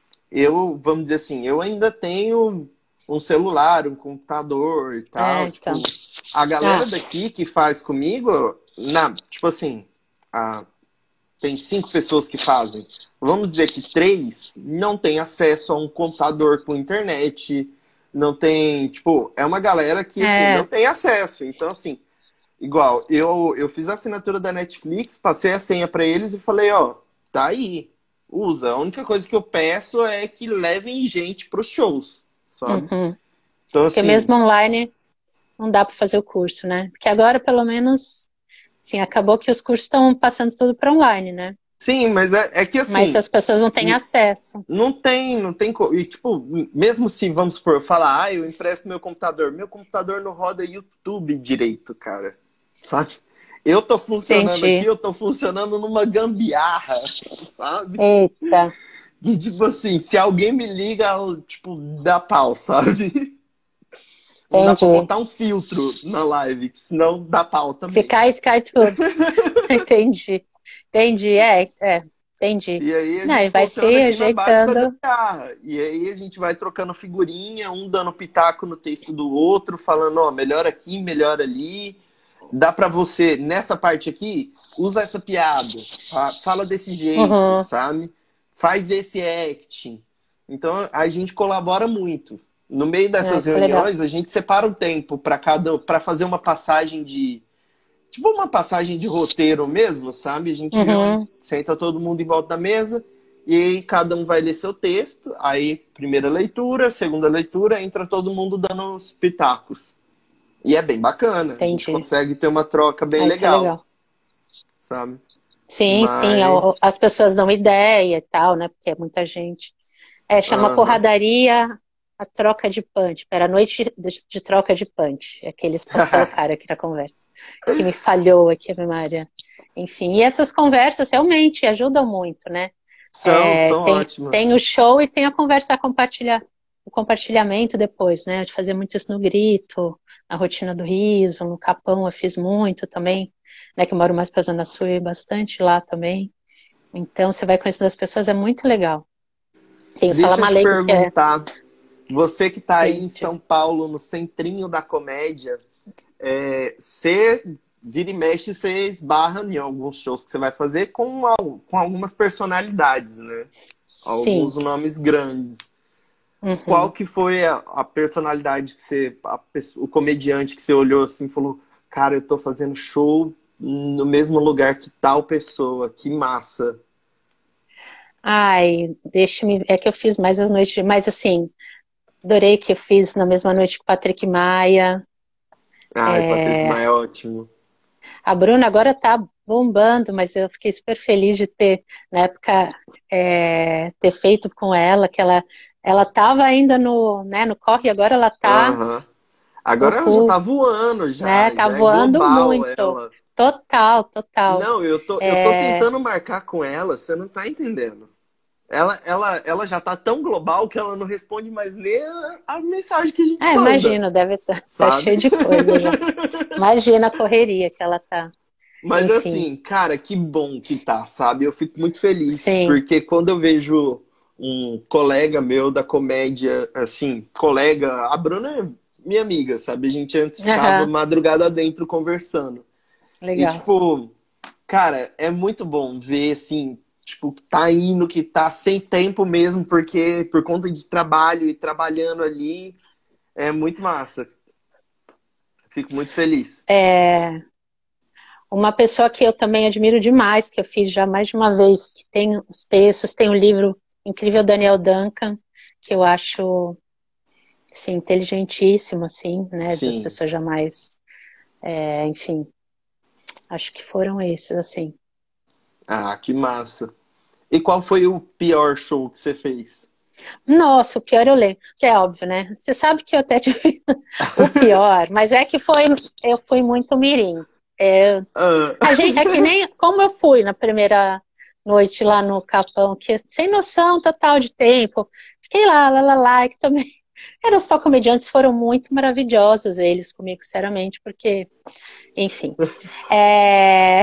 eu, vamos dizer assim, eu ainda tenho um celular, um computador e É, tal. então. Tipo, a Ah, galera daqui que faz comigo, na, tipo assim, a, tem cinco pessoas que fazem. Vamos dizer que três não tem acesso a um computador com internet, não tem, tipo, é uma galera que assim não é, tem acesso. Então assim, igual, eu eu fiz a assinatura da Netflix, passei a senha para eles e falei, ó, tá aí. Usa. A única coisa que eu peço é que levem gente pros shows, sabe? uhum. Então Porque assim, mesmo online não dá para fazer o curso, né? Porque agora, pelo menos, sim, acabou que os cursos estão passando tudo para online, né? sim, mas é, é que Mas assim, as pessoas não têm acesso. não tem, não tem. co- E, tipo, mesmo se, vamos supor, falar, ah, eu empresto meu computador. Meu computador não roda YouTube direito, cara. Sabe? Eu tô funcionando aqui, Entendi. eu tô funcionando numa gambiarra, sabe? Eita, E, tipo assim, se alguém me liga, tipo, dá pau, sabe? Não dá pra entendi. botar um filtro na live, que senão dá pau Se também. cai, cai tudo. Entendi. Entendi, é, é, entendi. E aí a Não, e gente vai funciona se aqui na base da ajeitando. gambiarra. E aí a gente vai trocando figurinha, um dando pitaco no texto do outro, falando, ó, melhor aqui, melhor ali. Dá pra você, nessa parte aqui, usa essa piada, fa- fala desse jeito, Uhum. sabe? Faz esse acting. Então a gente colabora muito. No meio Ah, dessas isso é legal. reuniões, a gente separa um tempo para cada, para fazer uma passagem de tipo uma passagem de roteiro mesmo, sabe? A gente reúne, Uhum. senta todo mundo em volta da mesa e aí cada um vai ler seu texto. Aí, primeira leitura, segunda leitura, entra todo mundo dando os pitacos. E é bem bacana, a gente Entendi. consegue ter uma troca bem Ah, isso é legal, legal. sabe? Sim, sim, ao- Mas, as pessoas dão ideia e tal, né? Porque é muita gente. É, chama aham. porradaria a troca de punch. Era a noite de, de troca de punch. É que eles po- colocaram aqui na conversa. Que me falhou aqui a memória. Enfim, e essas conversas realmente ajudam muito, né? São, É, são tem, tem ótimas. o show e tem a conversa a compartilhar. O compartilhamento depois, né? De fazer muito isso no grito, na rotina do riso, no Capão eu fiz muito também, né? Que eu moro mais para a Zona Sul e bastante lá também. Então você vai conhecendo as pessoas, é muito legal. Tem o Deixa eu te Salamalego, que é. perguntar, você que tá aí Sim, em tipo, São Paulo, no centrinho da comédia, é, você vira e mexe, você esbarra em alguns shows que você vai fazer com, al- com algumas personalidades, né? Sim. alguns nomes grandes. Qual Uhum. que foi a, a personalidade que você, a pesso- o comediante que você olhou assim e falou, cara, eu tô fazendo show no mesmo lugar que tal pessoa, que massa. Ai, deixa-me. É que eu fiz mais as noites, de- mas assim, adorei que eu fiz na mesma noite com o Patrick Maia. Ai, Patrick É, Maia é ótimo. a Bruna agora tá bombando, mas eu fiquei super feliz de ter, na época, é, ter feito com ela, que ela, ela tava ainda no, né, no corre, agora ela tá, Aham. Agora ela já uhul, tá voando né, já, tá já é voando global muito. ela. Total, total. Não, eu tô, eu tô É, tentando marcar com ela, você não tá entendendo. Ela, ela, ela já tá tão global que ela não responde mais nem a- as mensagens que a gente ah, manda, imagina, deve estar tá, tá cheio sabe? de coisa já. Imagina a correria que ela tá. Mas Enfim, assim, cara, que bom que tá, sabe? Eu fico muito feliz, sim. porque quando eu vejo um colega meu da comédia, assim, colega, a Bruna é minha amiga, sabe? A gente antes ficava Aham, madrugada dentro conversando. E, legal. tipo, cara, é muito bom ver, assim, tipo, que tá indo, que tá sem tempo mesmo, porque por conta de trabalho e trabalhando ali, é muito massa. Fico muito feliz. É, uma pessoa que eu também admiro demais, que eu fiz já mais de uma vez, que tem os textos, tem o livro incrível Daniel Duncan, que eu acho, assim, inteligentíssimo, assim, né, das Sim. pessoas jamais, é, enfim, acho que foram esses, assim. Ah, que massa. E qual foi o pior show que você fez? Nossa, o pior eu lembro, que é óbvio, né? Você sabe que eu até tive o pior, mas é que foi, eu fui muito mirim. É, Ah, a gente, é que nem como eu fui na primeira noite lá no Capão, que sem noção total de tempo. Fiquei lá, lá, lá, lá, que também eram só comediantes, foram muito maravilhosos eles comigo, sinceramente, porque, enfim. É...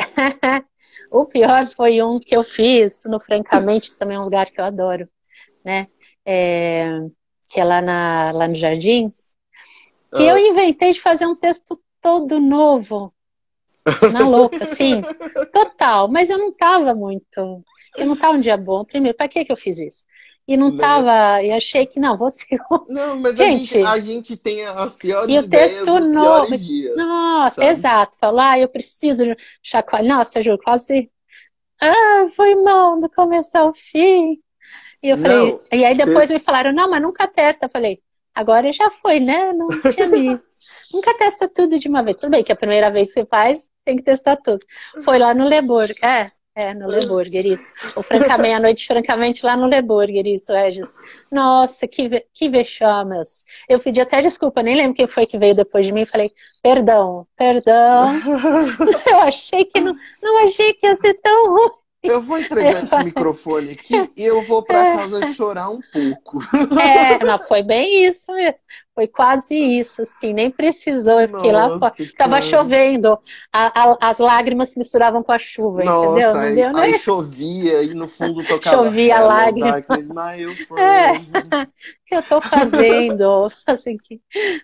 O pior foi um que eu fiz no Francamente, que também é um lugar que eu adoro, né? É... Que é lá, na, lá nos Jardins, que eu ah. inventei de fazer um texto todo novo na louca, assim, total. Mas eu não tava muito, eu não tava um dia bom. Primeiro, para que que eu fiz isso? E não Né? tava, eu achei que não, você. Não, mas a gente, Gente, a gente tem as e piores o ideias texto nos novo, piores dias, nossa, sabe? exato. Falar, ah, eu preciso de chacoalhar. Nossa, eu juro, quase, ah, foi mal do começo ao fim. E eu falei, Não, e aí depois te- me falaram, não, mas nunca testa. Eu falei, agora já foi, né? Não tinha me. Nunca testa tudo de uma vez. Tudo bem que a primeira vez que você faz, tem que testar tudo. Foi lá no Le Burger. É, é, no Le Burger, isso. O Francamente, a noite, francamente, lá no Le Burger, isso, Regis. Nossa, que, ve- que vexames. Eu pedi até desculpa, nem lembro quem foi que veio depois de mim. Falei, perdão, perdão. Eu achei que não, não achei que ia ser tão ruim. eu vou Aí entregar eu esse falei, microfone aqui e eu vou pra casa chorar um pouco. é, não, foi bem isso mesmo. Foi quase isso, assim, nem precisou, eu fiquei lá fora. Nossa, Tava cara. chovendo, a- a- as lágrimas se misturavam com a chuva, entendeu? Nossa, Não aí, deu aí nem chovia e no fundo tocava chovia a Hello, lágrima. Darkness, My Old É, Friend. o que eu tô fazendo? Assim que,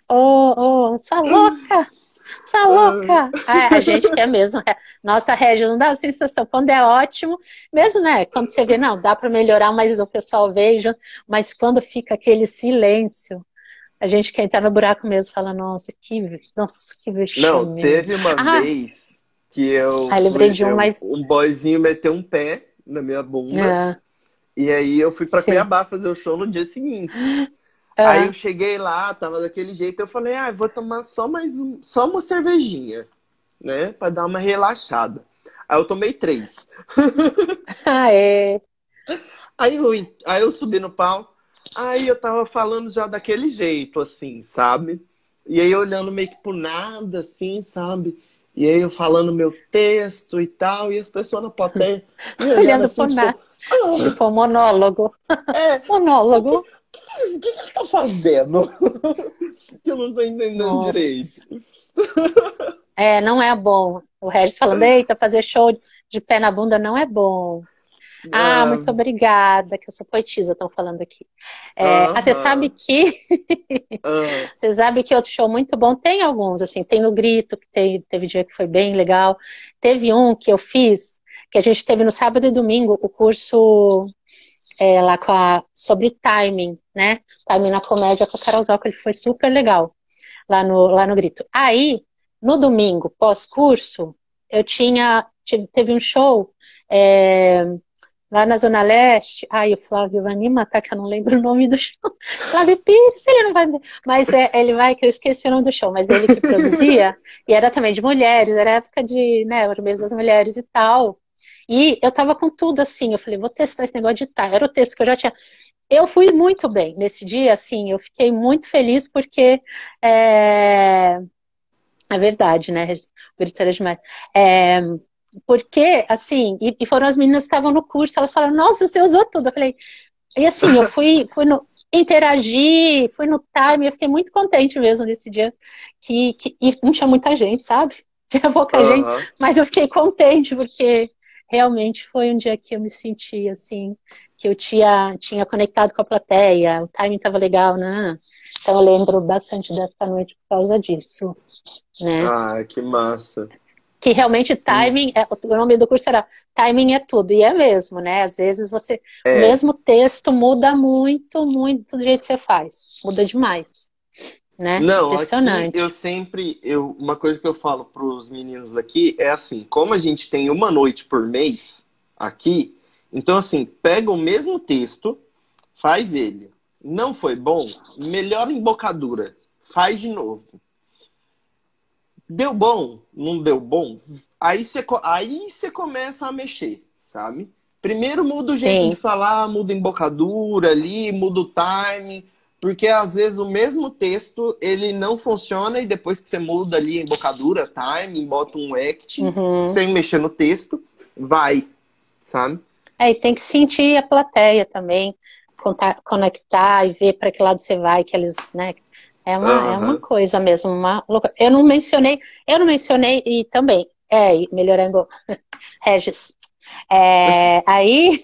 ô, ô, sua louca, sua Ah, louca. É, a gente quer mesmo. É. Nossa, Regis, não dá a sensação. Quando é ótimo, mesmo, né? Quando você vê, não, dá para melhorar, mas o pessoal veja. Mas quando fica aquele silêncio, a gente quer entrar no buraco mesmo, fala, nossa, que, nossa, que não, vexame. teve uma Ah, vez que eu aí lembrei fui, de um, eu- mas. um boyzinho meteu um pé na minha bunda Ah, e aí eu fui pra sim. Cuiabá fazer o show no dia seguinte. Aí eu Ah, cheguei lá, tava daquele jeito, eu falei, ah, eu vou tomar só mais um, só uma cervejinha, né, pra dar uma relaxada. Aí eu tomei três. ah, é. Aí eu, en- aí eu subi no palco, aí eu tava falando já daquele jeito, assim, sabe? E aí olhando meio que pro nada, assim, sabe? E aí eu falando meu texto e tal, e as pessoas na plateia me olhando Olhando assim, por tipo, nada. ah, Tipo, um monólogo. é, o que, Monólogo. o que ele tá fazendo? Que eu não tô entendendo direito. Nossa. É, não é bom. O Regis falando, eita, fazer show de pé na bunda não é bom. Ah, Ah, muito obrigada, que eu sou poetisa, estão falando aqui. É, ah, você sabe aham, que ah, você sabe que outro show muito bom tem alguns, assim, tem no Grito, que tem, teve dia que foi bem legal. Teve um que eu fiz, que a gente teve no sábado e domingo, o curso é, lá com a, sobre timing, né? Timing na comédia com a Carol Zócoli, foi super legal lá no, lá no Grito. Aí, no domingo, pós-curso, eu tinha, tive, teve um show é, lá na Zona Leste. Ai, o Flávio vai me matar, que eu não lembro o nome do show. Flávio Pires, ele não vai. Mas é, ele vai, que eu esqueci o nome do show, mas ele que produzia, e era também de mulheres, era época de, né, o mês das mulheres e tal. E eu tava com tudo assim, eu falei, vou testar esse negócio de time. Era o texto que eu já tinha. Eu fui muito bem nesse dia, assim, eu fiquei muito feliz porque é, é verdade, né, Vitória de Maio? É, porque, assim, e, e foram as meninas que estavam no curso, elas falaram, nossa, você usou tudo. Eu falei, e assim, eu fui, fui no, interagir, fui no time, eu fiquei muito contente mesmo nesse dia, que, que, e não tinha muita gente, sabe? Tinha pouca gente, Aham. mas eu fiquei contente, porque realmente foi um dia que eu me senti, assim, que eu tinha, tinha conectado com a plateia, o timing estava legal, né? Então eu lembro bastante dessa noite por causa disso, né? Ah, que massa. Que realmente E timing, é, o nome do curso era Timing é tudo, e é mesmo, né? Às vezes você, o é. mesmo texto muda muito, muito do jeito que você faz, muda demais, né? Não, aqui eu Impressionante. sempre, eu, uma coisa que eu falo para os meninos aqui é assim, como a gente tem uma noite por mês aqui, então assim, pega o mesmo texto, faz ele. Não foi bom? Melhora a embocadura, faz de novo. Deu bom? Não deu bom? Aí você, co- aí você começa a mexer, sabe? Primeiro muda o jeito de Sim, falar, muda a embocadura ali, muda o timing, porque às vezes o mesmo texto ele não funciona e depois que você muda ali a embocadura, timing, bota um acting, uhum. sem mexer no texto, vai, sabe? É, e tem que sentir a plateia também, contar, conectar e ver para que lado você vai, que eles, né? É uma, é uma Aham. coisa mesmo, uma louca. Eu não mencionei, eu não mencionei e também, é, e melhorando, Regis. É, aí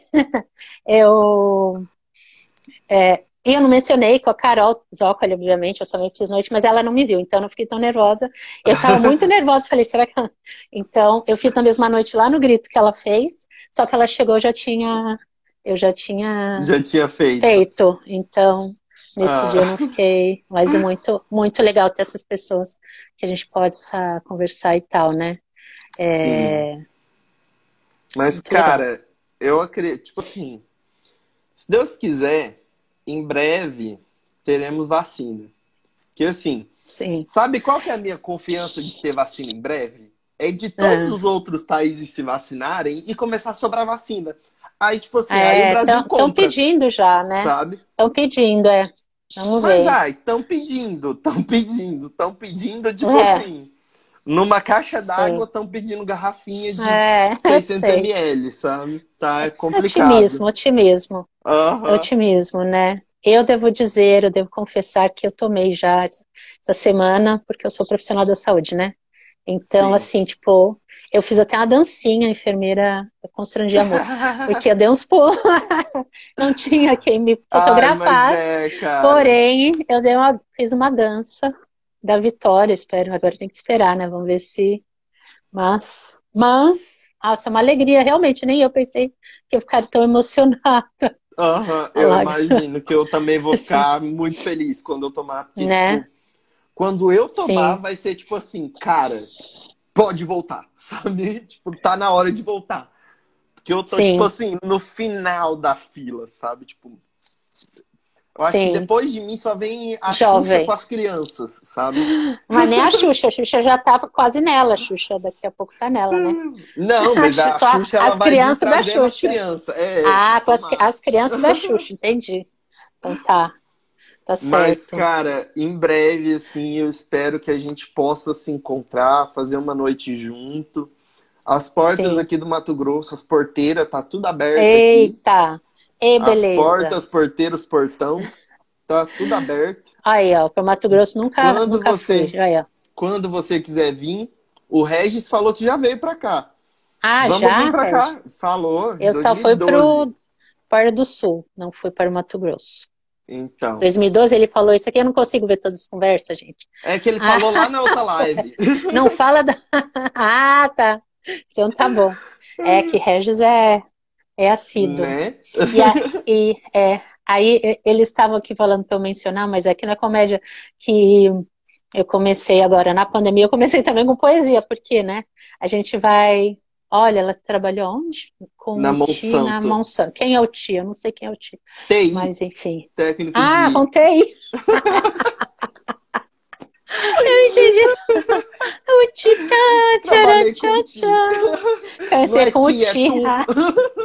eu, é, e eu não mencionei com a Carol Zócoli, obviamente, eu também fiz noite, mas ela não me viu, então eu não fiquei tão nervosa. Eu estava muito nervosa, falei, será que ela... Então, eu fiz na mesma noite lá no Grito que ela fez, só que ela chegou, eu já tinha, eu já tinha Já tinha feito. feito, então, nesse dia eu não Ah, fiquei, mas é muito, muito legal ter essas pessoas que a gente pode sa- conversar e tal, né? sim. É Mas, muito legal. cara, eu acredito, tipo assim, se Deus quiser, em breve teremos vacina. Que assim, Sim. sabe qual que é a minha confiança de ter vacina em breve? É de todos Ah. os outros países se vacinarem e começar a sobrar vacina. Aí, tipo assim, aí o É, Brasil estão compra, pedindo já, né? sabe? Estão pedindo, é. Vamos Mas, ver. ai, estão pedindo, estão pedindo, estão pedindo, tipo É, assim, numa caixa d'água sim. estão pedindo garrafinha de É, eu seiscentos sei. mililitros, sabe? Tá complicado. Otimismo, otimismo. Aham, Otimismo, né? Eu devo dizer, eu devo confessar que eu tomei já essa essa semana, porque eu sou profissional da saúde, né? Então, sim. assim, tipo, eu fiz até uma dancinha, a enfermeira, eu constrangi a moça, porque eu dei uns pulos, não tinha quem me Ai, mas fotografasse, é, cara. porém, eu dei uma, fiz uma dança da vitória, espero, agora tem que esperar, né? Vamos ver se, mas, mas, nossa, é uma alegria, realmente, nem eu pensei que eu ficaria tão emocionada. Aham, Olha eu lá, imagino que eu também vou assim, ficar muito feliz quando eu tomar, porque, né? tipo, quando eu tomar, Sim, vai ser tipo assim, cara, pode voltar, sabe? Tipo, tá na hora de voltar. Porque eu tô, tipo sim, assim, no final da fila, sabe? Tipo, eu acho que sim, depois de mim só vem a Xuxa com jovem. as crianças, sabe? Mas nem a Xuxa, a Xuxa já tava quase nela, a Xuxa daqui a pouco tá nela, né? Não, mas a Só Xuxa, ela as vai vir crianças da trazendo as Xuxa. crianças. É, pra Ah, com as, tomar. as crianças da Xuxa, entendi. Então tá, tá Mas, certo. cara, em breve, assim, eu espero que a gente possa se encontrar, fazer uma noite junto. As portas Sim. aqui do Mato Grosso, as porteiras, tá tudo aberto aqui. Eita, e As beleza. portas, porteiros, portão, tá tudo aberto. Aí, ó, pro Mato Grosso nunca, Quando nunca fui. você, Aí, ó. quando você quiser vir, o Regis falou que já veio pra cá. Ah, Vamos vir já, pra cá. Regis? Falou, em Eu só fui dois mil e doze. pro Para do Sul, não fui para o Mato Grosso. Então, dois mil e doze ele falou isso aqui, eu não consigo ver todas as conversas, gente. é que ele Ah, falou lá na outra live. não fala da. Ah, tá. Então tá bom. É que Regis é. é assíduo. Né? E, a, e é, aí e- eles estavam aqui falando para eu mencionar, mas aqui na comédia que eu comecei agora na pandemia, eu comecei também com poesia, porque, né? A gente vai. Olha, ela trabalhou onde? Com Na o Ti na Monsanto. Monsanto. Quem é o Ti? Eu não sei quem é o Ti. T I, Mas enfim. técnico Ah, de. contei. Eu entendi. O Ti, tchá, tchá, Trabalhei com tchá, Ti. tchá. Não Comecei é com o Ti, é Ti. tu. Ah,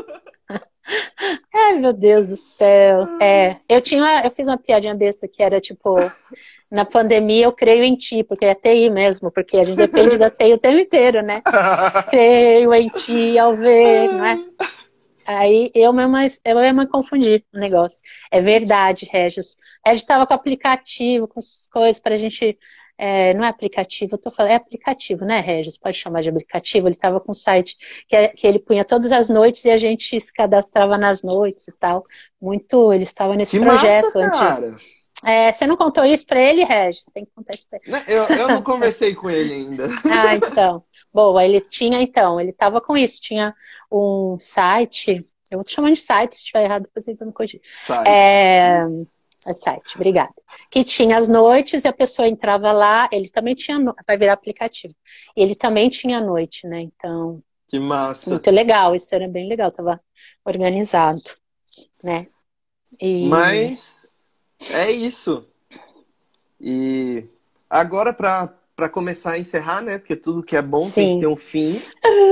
ai, meu Deus do céu. É, eu tinha, eu fiz uma piadinha besta que era tipo, na pandemia eu creio em ti, porque é T I mesmo, porque a gente depende da T I o tempo inteiro, né? Creio em ti ao ver, não é? Aí eu mesma, eu mesma confundi o negócio. É verdade, Regis. A gente estava com aplicativo, com as coisas para a gente. É, não é aplicativo, eu tô falando, é aplicativo, né, Regis? Pode chamar de aplicativo. Ele estava com um site que, é- que ele punha todas as noites e a gente se cadastrava nas noites e tal. Muito, ele estava nesse Que massa, projeto antes. cara. É, você não contou isso para ele, Regis? Tem que contar isso para Né, Eu, eu não ele. conversei com ele ainda. Ah, então. Boa, ele tinha, então, ele estava com isso, tinha um site, eu vou te chamar de site, se estiver errado, depois ele vai me corrigir. Site. É, é site, obrigada. Que tinha as noites e a pessoa entrava lá, ele também tinha, no- vai virar aplicativo, e ele também tinha noite, né? Então, Que massa. muito legal, isso era bem legal, estava organizado, né? E Mas é isso. E agora, para para começar a encerrar, né? Porque tudo que é bom tem que ter sim, um fim,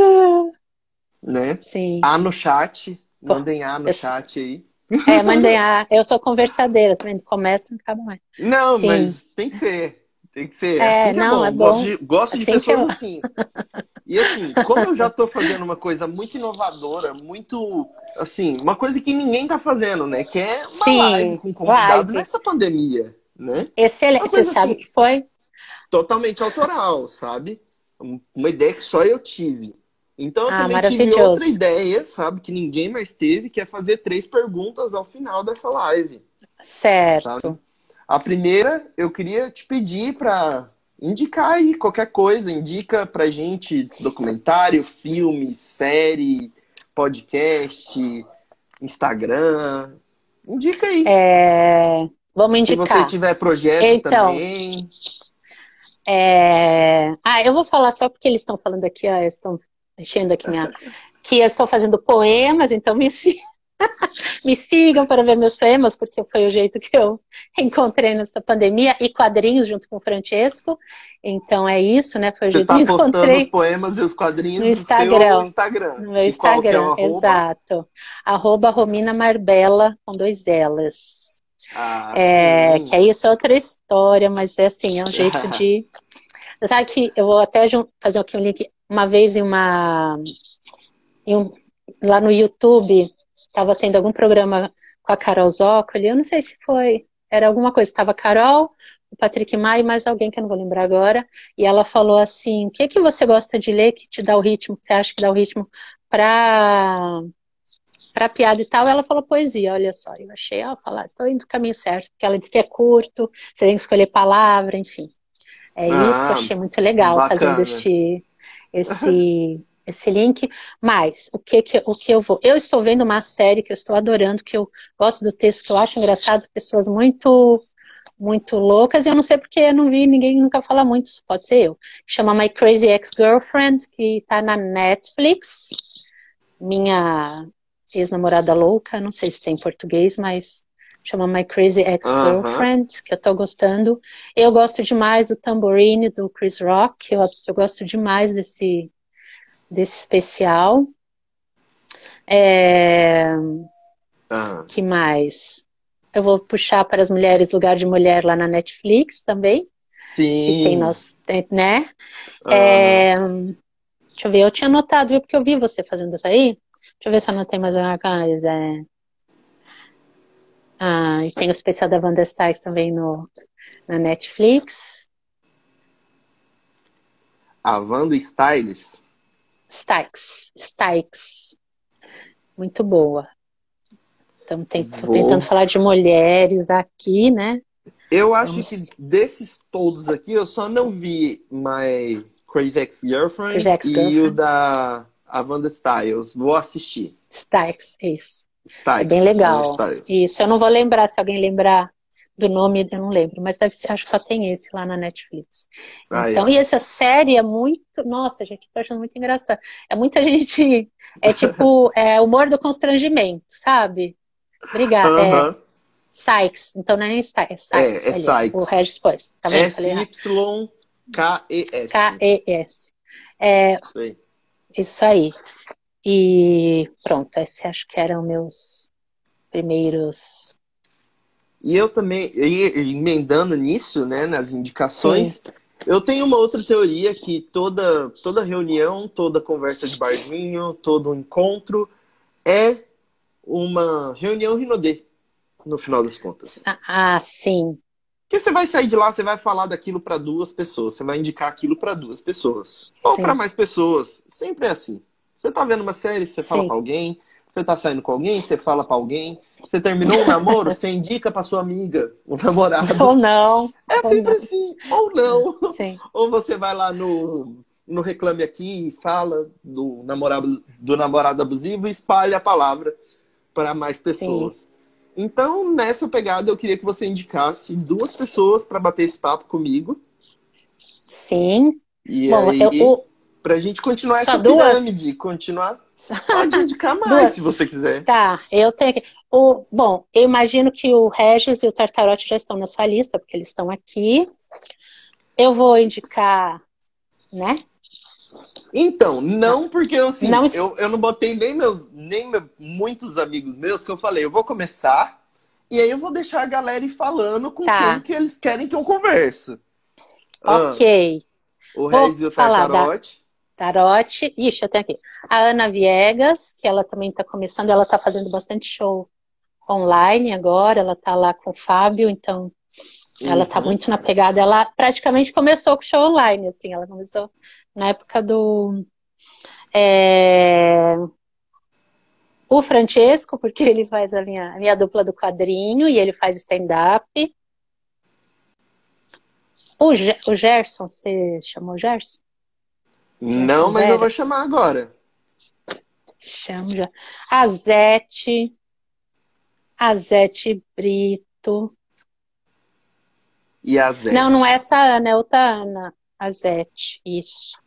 né? sim. A no chat. Co- Mandem A no eu- chat aí. é, mandei a, eu sou conversadeira também, começa e não acaba mais. Não, Sim. mas tem que ser. Tem que ser. É É, assim que é não, é bom. Gosto bom. de, gosto de Assim que pessoas eu. assim. E assim, como eu já tô fazendo uma coisa muito inovadora, muito, assim, uma coisa que ninguém tá fazendo, né? Que é uma live Sim, com convidado live. nessa pandemia, né? Uma Excelente. Você coisa sabe assim, que foi? totalmente autoral, sabe? Um- Uma ideia que só eu tive. Então eu Ah, também tive outra maravilhoso. ideia, sabe? Que ninguém mais teve, que é fazer três perguntas ao final dessa live, sabe? Certo. A primeira, eu queria te pedir para indicar aí qualquer coisa. Indica pra gente documentário, filme, série, podcast, Instagram. Indica aí. É, vamos Se você indicar. tiver projeto Então, também. é, ah, eu vou falar só porque eles estão falando aqui, ó, eles estão enchendo aqui minha. Que eu estou fazendo poemas, então me, si- me sigam para ver meus poemas, porque foi o jeito que eu encontrei nessa pandemia, e quadrinhos junto com o Francesco. Então é isso, né? Foi o Você jeito que tá eu postando os encontrei poemas e os no quadrinhos do seu Instagram. Instagram. No meu E qual que é o Instagram, arroba? exato. Arroba Romina Marbella, com dois L's. Ah, É, que sim. aí isso é outra história, mas é assim, é um jeito de. Sabe que eu vou até jun- fazer aqui um link. Uma vez em uma. Em um- lá no YouTube, estava tendo algum programa com a Carol Zócoli, eu não sei se foi. Era alguma coisa, estava a Carol, o Patrick Maia e mais alguém que eu não vou lembrar agora. E ela falou assim: o que que você gosta de ler que te dá o ritmo, que você acha que dá o ritmo para para piada e tal, ela falou poesia, olha só. Eu achei, ó, falar, tô indo do caminho certo, porque ela disse que é curto, você tem que escolher palavra, enfim. É isso, Ah, achei muito legal fazendo bacana. este, esse, esse link. Mas o que, que, o que eu vou? Eu estou vendo uma série que eu estou adorando, que eu gosto do texto, que eu acho engraçado, pessoas muito, muito loucas, e eu não sei porque eu não vi ninguém nunca falar muito, isso pode ser eu. Chama My Crazy Ex-Girlfriend, que está na Netflix. Minha ex-namorada louca, não sei se tem em português, mas chama My Crazy Aham. Ex-Girlfriend, que eu tô gostando. Eu gosto demais do Tambourine, do Chris Rock, eu, eu gosto demais desse, desse especial. É, Aham. que mais? Eu vou puxar para as mulheres Lugar de Mulher lá na Netflix também, que tem Sim. nós, tem, né? Aham. É, deixa eu ver, eu tinha anotado, viu, porque eu vi você fazendo isso aí. Deixa eu ver se eu anotei mais alguma coisa. É, ah, e tem o especial da Wanda Sykes também no, na Netflix. A Wanda Styles. Sykes, Sykes, muito boa. Então, tô tentando Vou. falar de mulheres aqui, né? Eu acho Vamos, que desses todos aqui, eu só não vi My Crazy Chris Ex-Girlfriend e o Ex-Girlfriend. da A Wanda Styles. Vou assistir. Styles, isso. Styles. É bem legal. Wanda Styles. Isso, eu não vou lembrar, se alguém lembrar do nome, eu não lembro, mas deve ser, acho que só tem esse lá na Netflix. Aí, Então, ó. e essa série é muito, nossa, gente, tô achando muito engraçado. É muita gente, é tipo, é humor do constrangimento, sabe? Obrigada, é Aham. Sykes, então não é nem Sykes, é É, Sykes é ali, ó, o Sykes. Regis Pós, tá vendo? Falei errado. S-Y-K-E-S. K E S. É, Isso aí. isso aí. E pronto, esses acho que eram meus primeiros. E eu também, e- emendando nisso, né, nas Sim, indicações, eu tenho uma outra teoria que toda, toda reunião, toda conversa de barzinho, todo encontro é uma reunião Rinodê, no final das contas. ah, ah, sim, Porque você vai sair de lá, você vai falar daquilo para duas pessoas, você vai indicar aquilo para duas pessoas. Ou para sim, mais pessoas. Sempre é assim. Você tá vendo uma série, você fala sim. para alguém. Você tá saindo com alguém, você fala para alguém. Você terminou um namoro, você indica para sua amiga, o Ou namorado. não, É ou sempre não, assim. Ou não. sim, Ou você vai lá no, no Reclame Aqui e fala do namorado, do namorado abusivo e espalha a palavra para mais sim, pessoas. Então, nessa pegada, eu queria que você indicasse duas pessoas para bater esse papo comigo. sim. E Bom, eu, aí, o, pra gente continuar só essa duas? pirâmide, continuar. Pode indicar mais, se Duas. você quiser. Tá, eu tenho aqui. O, bom, eu imagino que o Regis e o Tartarote já estão na sua lista, porque eles estão aqui. Eu vou indicar, né? Então, Não, não porque eu, assim, não, es- eu, eu não botei nem meus, nem meu- muitos amigos meus que eu falei, eu vou começar e aí eu vou deixar a galera ir falando com quem tá, que eles querem que eu converse. Ah, ok. o Reis Vou e o falar da Tartarote. Tarote. Ixi, eu tenho aqui. A Ana Viegas, que ela também está começando, ela está fazendo bastante show online agora, ela está lá com o Fábio, então ela está Uhum. muito na pegada. Ela praticamente começou com o show online, assim, ela começou na época do é, o Francesco, porque ele faz a minha, a minha dupla do quadrinho e ele faz stand-up. O, Ge- o Gerson, você chamou o Gerson? Não, Gerson mas eu vou Veras? chamar agora. Chamo já. A Zete, a Zete Brito. E a Não, não é Zete. essa Ana, é outra Ana. A Zete, isso.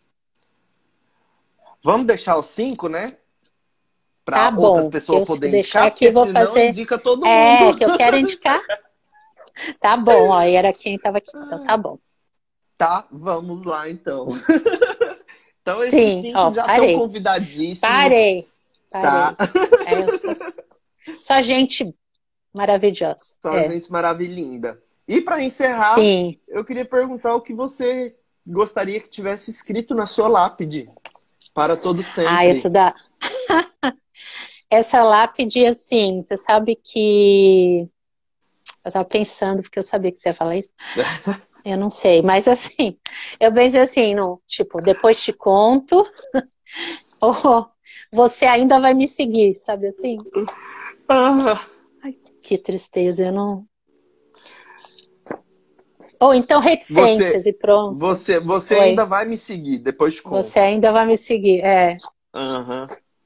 Vamos deixar os cinco, né? Tá Para outras bom. pessoas Eu vou poderem deixar indicar, aqui e porque vou senão fazer. indica todo É, mundo. que eu quero indicar. Tá bom, ó, e era quem estava aqui. Então tá bom. Tá, vamos lá então. Então esses Sim, ó, cinco já estão parei. convidadíssimos, Parei. tá? Parei. É, eu sou só gente maravilhosa. Só É. gente maravilhinda. E para encerrar, Sim. eu queria perguntar o que você gostaria que tivesse escrito na sua lápide. Para todo Ah, essa sempre. da. Essa lápide, assim, você sabe que. Eu tava pensando, porque eu sabia que você ia falar isso. Eu não sei, mas assim, eu pensei assim, no, tipo, depois te conto, ou você ainda vai me seguir, sabe assim? Ah, Ai, que tristeza, eu não. Ou então você, reticências e pronto. você, você ainda Oi, vai me seguir, depois te você conto. ainda vai me seguir. É. Aham.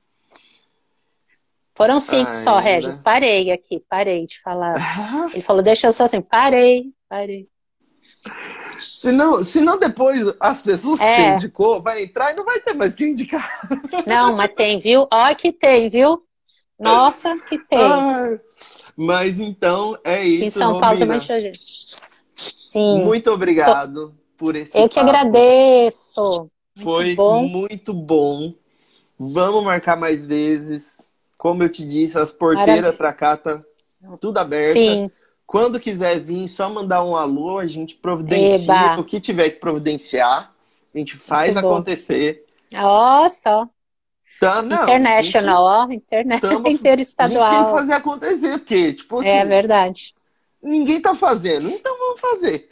Foram cinco só, Regis. Ainda. Parei aqui, parei de falar. Ele falou, deixa eu só assim, parei, parei. Senão, senão depois as pessoas que você É, indicou vai entrar e não vai ter mais quem indicar. não, mas tem, viu? Ó, que tem, viu? Nossa, que tem. Ai, mas então é Em isso, São Paulo também Romina. tinha gente. Sim. Muito Tô- obrigado por esse Eu que papo. agradeço. Muito Foi bom. muito bom. Vamos marcar mais vezes. Como eu te disse, as porteiras Maravilha. pra cá tá tudo aberta. Sim. Quando quiser vir, só mandar um alô, a gente providencia o Eba. que tiver que providenciar. A gente Muito faz bom. acontecer. Ó, só. Tá, não, a gente International, ó. Interna... tamo, a gente tem que Interestadual. fazer acontecer, porque, tipo É assim, verdade. ninguém tá fazendo, então vamos fazer.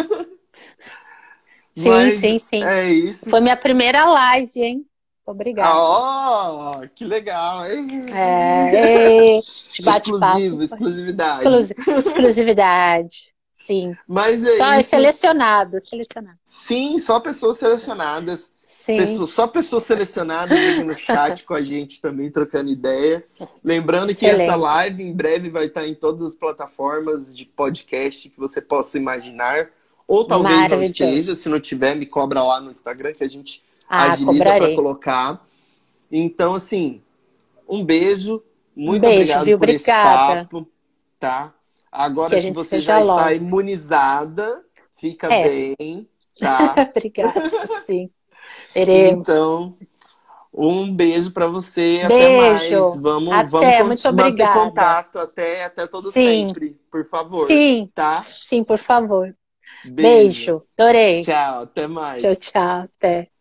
Sim, Mas sim, sim. é isso. Foi minha primeira live, hein? Muito obrigada. Ah, ó, que legal. É, de bate-papo. Exclusivo, exclusividade. Exclusi- Exclusividade. Sim. Mas é Só é isso. selecionado, selecionado. Sim, só pessoas selecionadas. Sim. Pessoa, só pessoas selecionadas aqui no chat com a gente também, trocando ideia. Lembrando que Excelente. essa live em breve vai estar em todas as plataformas de podcast que você possa imaginar. Ou talvez não esteja. Se não tiver, me cobra lá no Instagram que a gente ah, agiliza para colocar. Então, assim, um beijo. Muito um beijo, obrigado viu? por Obrigada. esse papo. Tá? Agora que, que, que você já logo. está imunizada, fica é. bem, tá? Obrigada, sim. Veremos. Então, um beijo para você. Beijo. Até mais. Vamos, até, vamos muito manter obrigada. contato até, até todo sim. sempre, por favor. Sim. Tá? Sim, por favor. Beijo. Beijo. Adorei. Tchau, até mais. Tchau, tchau. Até.